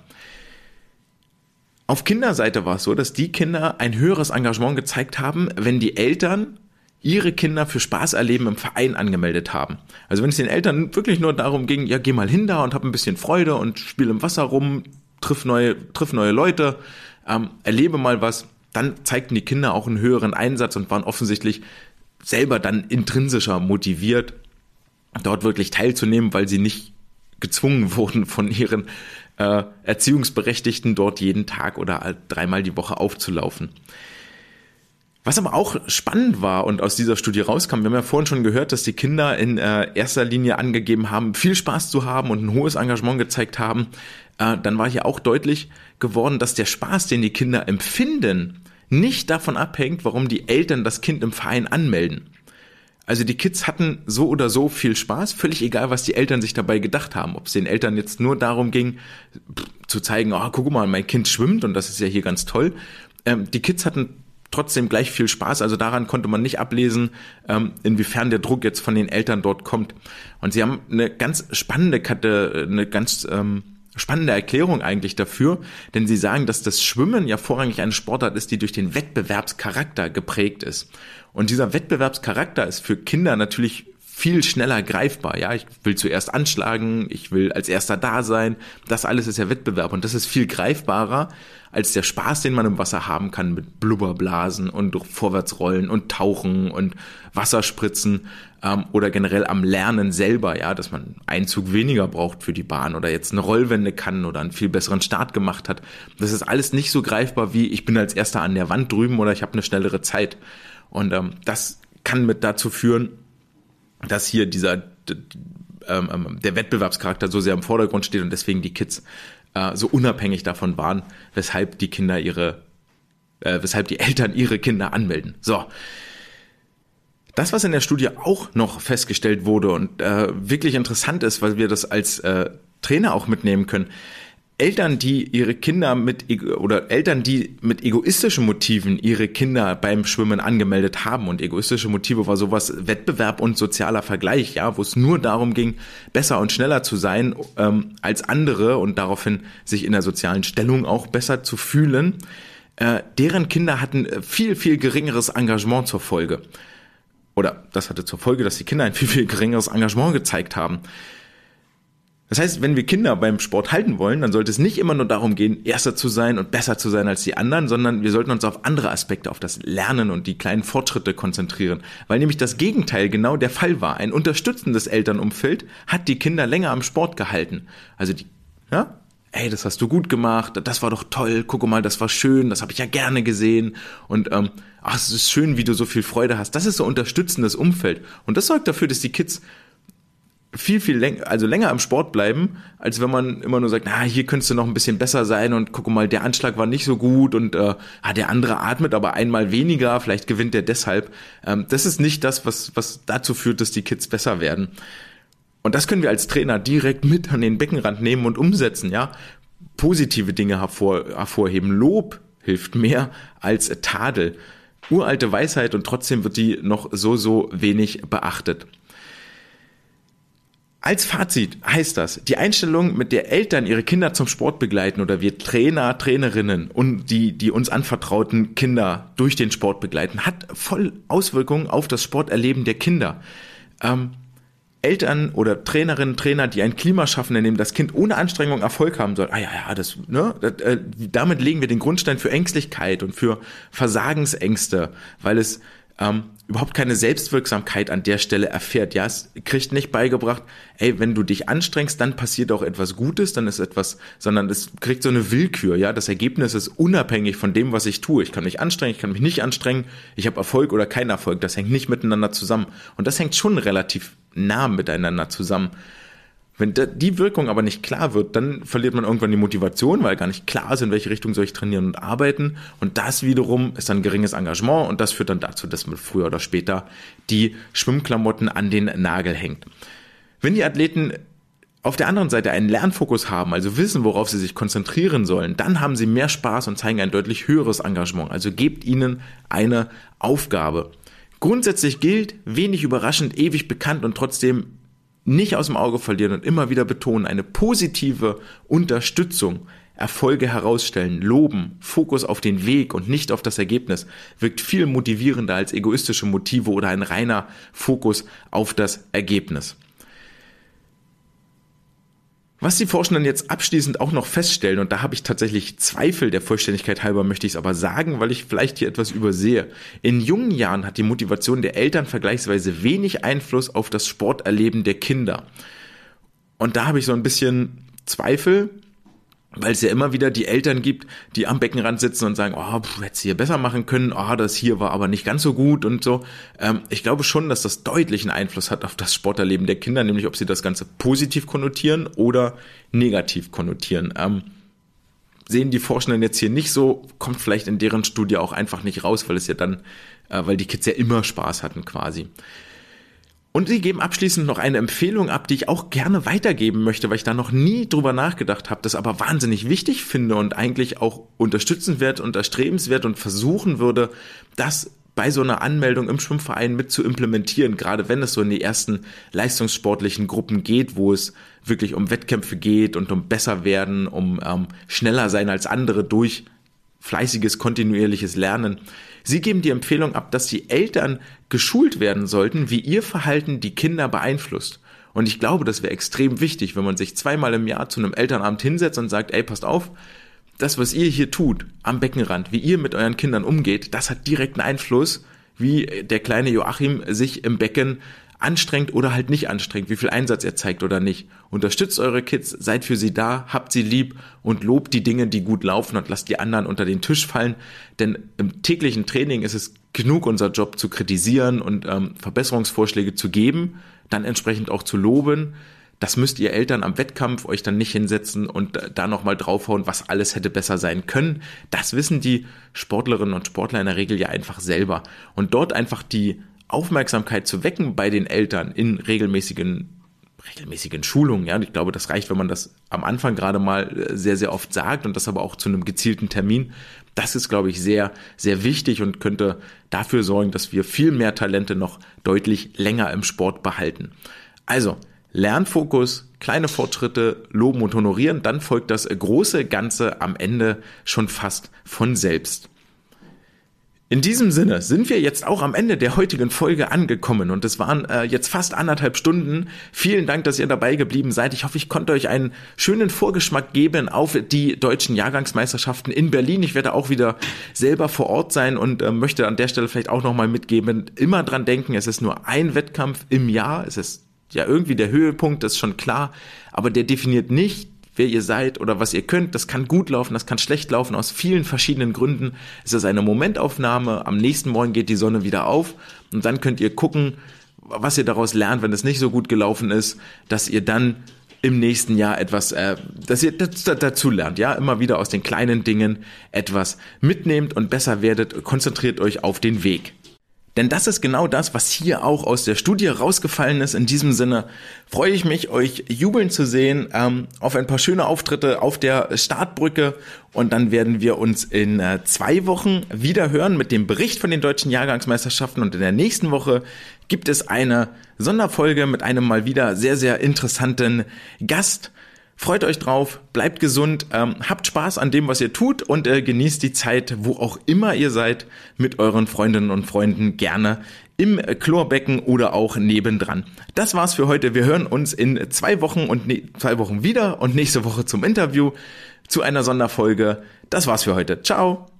Auf Kinderseite war es so, dass die Kinder ein höheres Engagement gezeigt haben, wenn die Eltern ihre Kinder für Spaßerleben im Verein angemeldet haben. Also wenn es den Eltern wirklich nur darum ging, ja, geh mal hin da und hab ein bisschen Freude und spiel im Wasser rum, triff neue, triff neue Leute, ähm, erlebe mal was, dann zeigten die Kinder auch einen höheren Einsatz und waren offensichtlich selber dann intrinsischer motiviert, dort wirklich teilzunehmen, weil sie nicht gezwungen wurden von ihren äh, Erziehungsberechtigten, dort jeden Tag oder dreimal die Woche aufzulaufen. Was aber auch spannend war und aus dieser Studie rauskam, wir haben ja vorhin schon gehört, dass die Kinder in äh, erster Linie angegeben haben, viel Spaß zu haben und ein hohes Engagement gezeigt haben. Äh, dann war hier auch deutlich geworden, dass der Spaß, den die Kinder empfinden, nicht davon abhängt, warum die Eltern das Kind im Verein anmelden. Also die Kids hatten so oder so viel Spaß, völlig egal, was die Eltern sich dabei gedacht haben. Ob es den Eltern jetzt nur darum ging, pff, zu zeigen, oh, guck mal, mein Kind schwimmt und das ist ja hier ganz toll. Ähm, die Kids hatten trotzdem gleich viel Spaß, also daran konnte man nicht ablesen, ähm, inwiefern der Druck jetzt von den Eltern dort kommt. Und sie haben eine ganz spannende, eine ganz ähm, spannende Erklärung eigentlich dafür, denn sie sagen, dass das Schwimmen ja vorrangig eine Sportart ist, die durch den Wettbewerbscharakter geprägt ist. Und dieser Wettbewerbscharakter ist für Kinder natürlich viel schneller greifbar. Ja, ich will zuerst anschlagen, ich will als Erster da sein. Das alles ist ja Wettbewerb und das ist viel greifbarer als der Spaß, den man im Wasser haben kann mit Blubberblasen und Vorwärtsrollen und Tauchen und Wasserspritzen ähm, oder generell am Lernen selber, ja, dass man einen Zug weniger braucht für die Bahn oder jetzt eine Rollwende kann oder einen viel besseren Start gemacht hat. Das ist alles nicht so greifbar wie ich bin als Erster an der Wand drüben oder ich habe eine schnellere Zeit. Und ähm, das kann mit dazu führen, dass hier dieser ähm, der Wettbewerbscharakter so sehr im Vordergrund steht und deswegen die Kids äh, so unabhängig davon waren, weshalb die Kinder ihre, äh, weshalb die Eltern ihre Kinder anmelden. So. Das, was in der Studie auch noch festgestellt wurde und äh, wirklich interessant ist, weil wir das als äh, Trainer auch mitnehmen können, Eltern, die ihre Kinder mit oder Eltern, die mit egoistischen Motiven ihre Kinder beim Schwimmen angemeldet haben und egoistische Motive war sowas Wettbewerb und sozialer Vergleich, ja, wo es nur darum ging, besser und schneller zu sein ähm, als andere und daraufhin sich in der sozialen Stellung auch besser zu fühlen. Äh, deren Kinder hatten viel viel geringeres Engagement zur Folge oder das hatte zur Folge, dass die Kinder ein viel viel geringeres Engagement gezeigt haben. Das heißt, wenn wir Kinder beim Sport halten wollen, dann sollte es nicht immer nur darum gehen, Erster zu sein und besser zu sein als die anderen, sondern wir sollten uns auf andere Aspekte, auf das Lernen und die kleinen Fortschritte konzentrieren. Weil nämlich das Gegenteil genau der Fall war. Ein unterstützendes Elternumfeld hat die Kinder länger am Sport gehalten. Also die, ja, ey, das hast du gut gemacht, das war doch toll, guck mal, das war schön, das habe ich ja gerne gesehen und ähm, ach, es ist schön, wie du so viel Freude hast. Das ist so unterstützendes Umfeld und das sorgt dafür, dass die Kids viel, viel länger, also länger am Sport bleiben, als wenn man immer nur sagt, na, hier könntest du noch ein bisschen besser sein und guck mal, der Anschlag war nicht so gut und äh, ah, der andere atmet aber einmal weniger, vielleicht gewinnt der deshalb. Ähm, das ist nicht das, was, was dazu führt, dass die Kids besser werden. Und das können wir als Trainer direkt mit an den Beckenrand nehmen und umsetzen, ja. Positive Dinge hervor, hervorheben. Lob hilft mehr als Tadel. Uralte Weisheit und trotzdem wird die noch so, so wenig beachtet. Als Fazit heißt das, die Einstellung, mit der Eltern ihre Kinder zum Sport begleiten oder wir Trainer, Trainerinnen und die, die uns anvertrauten Kinder durch den Sport begleiten, hat voll Auswirkungen auf das Sporterleben der Kinder. Ähm, Eltern oder Trainerinnen, Trainer, die ein Klima schaffen, in dem das Kind ohne Anstrengung Erfolg haben soll, ah ja, ja, das, ne, das, äh, damit legen wir den Grundstein für Ängstlichkeit und für Versagensängste, weil es ähm, überhaupt keine Selbstwirksamkeit an der Stelle erfährt. Ja, es kriegt nicht beigebracht, ey, wenn du dich anstrengst, dann passiert auch etwas Gutes, dann ist etwas, sondern es kriegt so eine Willkür, ja, das Ergebnis ist unabhängig von dem, was ich tue. Ich kann mich anstrengen, ich kann mich nicht anstrengen, ich habe Erfolg oder keinen Erfolg, das hängt nicht miteinander zusammen. Und das hängt schon relativ nah miteinander zusammen. Wenn die Wirkung aber nicht klar wird, dann verliert man irgendwann die Motivation, weil gar nicht klar ist, in welche Richtung soll ich trainieren und arbeiten. Und das wiederum ist dann geringes Engagement und das führt dann dazu, dass man früher oder später die Schwimmklamotten an den Nagel hängt. Wenn die Athleten auf der anderen Seite einen Lernfokus haben, also wissen, worauf sie sich konzentrieren sollen, dann haben sie mehr Spaß und zeigen ein deutlich höheres Engagement. Also gebt ihnen eine Aufgabe. Grundsätzlich gilt, wenig überraschend, ewig bekannt und trotzdem nicht aus dem Auge verlieren und immer wieder betonen, eine positive Unterstützung, Erfolge herausstellen, loben, Fokus auf den Weg und nicht auf das Ergebnis, wirkt viel motivierender als egoistische Motive oder ein reiner Fokus auf das Ergebnis. Was die Forschenden jetzt abschließend auch noch feststellen, und da habe ich tatsächlich Zweifel, der Vollständigkeit halber möchte ich es aber sagen, weil ich vielleicht hier etwas übersehe. In jungen Jahren hat die Motivation der Eltern vergleichsweise wenig Einfluss auf das Sporterleben der Kinder. Und da habe ich so ein bisschen Zweifel, weil es ja immer wieder die Eltern gibt, die am Beckenrand sitzen und sagen, oh, pff, hättest du hier besser machen können, oh, das hier war aber nicht ganz so gut und so. Ähm, ich glaube schon, dass das deutlichen Einfluss hat auf das Sporterleben der Kinder, nämlich ob sie das Ganze positiv konnotieren oder negativ konnotieren. Ähm, sehen die Forschenden jetzt hier nicht so, kommt vielleicht in deren Studie auch einfach nicht raus, weil es ja dann, äh, weil die Kids ja immer Spaß hatten quasi. Und sie geben abschließend noch eine Empfehlung ab, die ich auch gerne weitergeben möchte, weil ich da noch nie drüber nachgedacht habe, das aber wahnsinnig wichtig finde und eigentlich auch unterstützenswert und erstrebenswert und versuchen würde, das bei so einer Anmeldung im Schwimmverein mit zu implementieren, gerade wenn es so in die ersten leistungssportlichen Gruppen geht, wo es wirklich um Wettkämpfe geht und um besser werden, um ähm, schneller sein als andere durch fleißiges, kontinuierliches Lernen. Sie geben die Empfehlung ab, dass die Eltern geschult werden sollten, wie ihr Verhalten die Kinder beeinflusst. Und ich glaube, das wäre extrem wichtig, wenn man sich zweimal im Jahr zu einem Elternabend hinsetzt und sagt, ey, passt auf, das, was ihr hier tut am Beckenrand, wie ihr mit euren Kindern umgeht, das hat direkten Einfluss, wie der kleine Joachim sich im Becken anstrengt oder halt nicht anstrengt, wie viel Einsatz er zeigt oder nicht. Unterstützt eure Kids, seid für sie da, habt sie lieb und lobt die Dinge, die gut laufen und lasst die anderen unter den Tisch fallen. Denn im täglichen Training ist es genug unser Job zu kritisieren und ähm, Verbesserungsvorschläge zu geben, dann entsprechend auch zu loben. Das müsst ihr Eltern am Wettkampf euch dann nicht hinsetzen und da nochmal draufhauen, was alles hätte besser sein können. Das wissen die Sportlerinnen und Sportler in der Regel ja einfach selber. Und dort einfach die Aufmerksamkeit zu wecken bei den Eltern in regelmäßigen, regelmäßigen Schulungen. Ja, und ich glaube, das reicht, wenn man das am Anfang gerade mal sehr, sehr oft sagt und das aber auch zu einem gezielten Termin. Das ist, glaube ich, sehr, sehr wichtig und könnte dafür sorgen, dass wir viel mehr Talente noch deutlich länger im Sport behalten. Also, Lernfokus, kleine Fortschritte, loben und honorieren, dann folgt das große Ganze am Ende schon fast von selbst. In diesem Sinne sind wir jetzt auch am Ende der heutigen Folge angekommen und es waren äh, jetzt fast anderthalb Stunden. Vielen Dank, dass ihr dabei geblieben seid. Ich hoffe, ich konnte euch einen schönen Vorgeschmack geben auf die deutschen Jahrgangsmeisterschaften in Berlin. Ich werde auch wieder selber vor Ort sein und äh, möchte an der Stelle vielleicht auch nochmal mitgeben, immer dran denken, es ist nur ein Wettkampf im Jahr. Es ist ja irgendwie der Höhepunkt, das ist schon klar, aber der definiert nicht, wer ihr seid oder was ihr könnt. Das kann gut laufen, das kann schlecht laufen, aus vielen verschiedenen Gründen. Es ist eine Momentaufnahme, am nächsten Morgen geht die Sonne wieder auf und dann könnt ihr gucken, was ihr daraus lernt, wenn es nicht so gut gelaufen ist, dass ihr dann im nächsten Jahr etwas, äh, dass ihr dazu lernt, ja, immer wieder aus den kleinen Dingen etwas mitnehmt und besser werdet, konzentriert euch auf den Weg. Denn das ist genau das, was hier auch aus der Studie rausgefallen ist. In diesem Sinne freue ich mich, euch jubeln zu sehen, ähm, auf ein paar schöne Auftritte auf der Startbrücke. Und dann werden wir uns in äh, zwei Wochen wieder hören mit dem Bericht von den deutschen Jahrgangsmeisterschaften. Und in der nächsten Woche gibt es eine Sonderfolge mit einem mal wieder sehr, sehr interessanten Gast. Freut euch drauf, bleibt gesund, ähm, habt Spaß an dem, was ihr tut und äh, genießt die Zeit, wo auch immer ihr seid, mit euren Freundinnen und Freunden gerne im äh, Chlorbecken oder auch nebendran. Das war's für heute. Wir hören uns in zwei Wochen und ne- zwei Wochen wieder und nächste Woche zum Interview zu einer Sonderfolge. Das war's für heute. Ciao!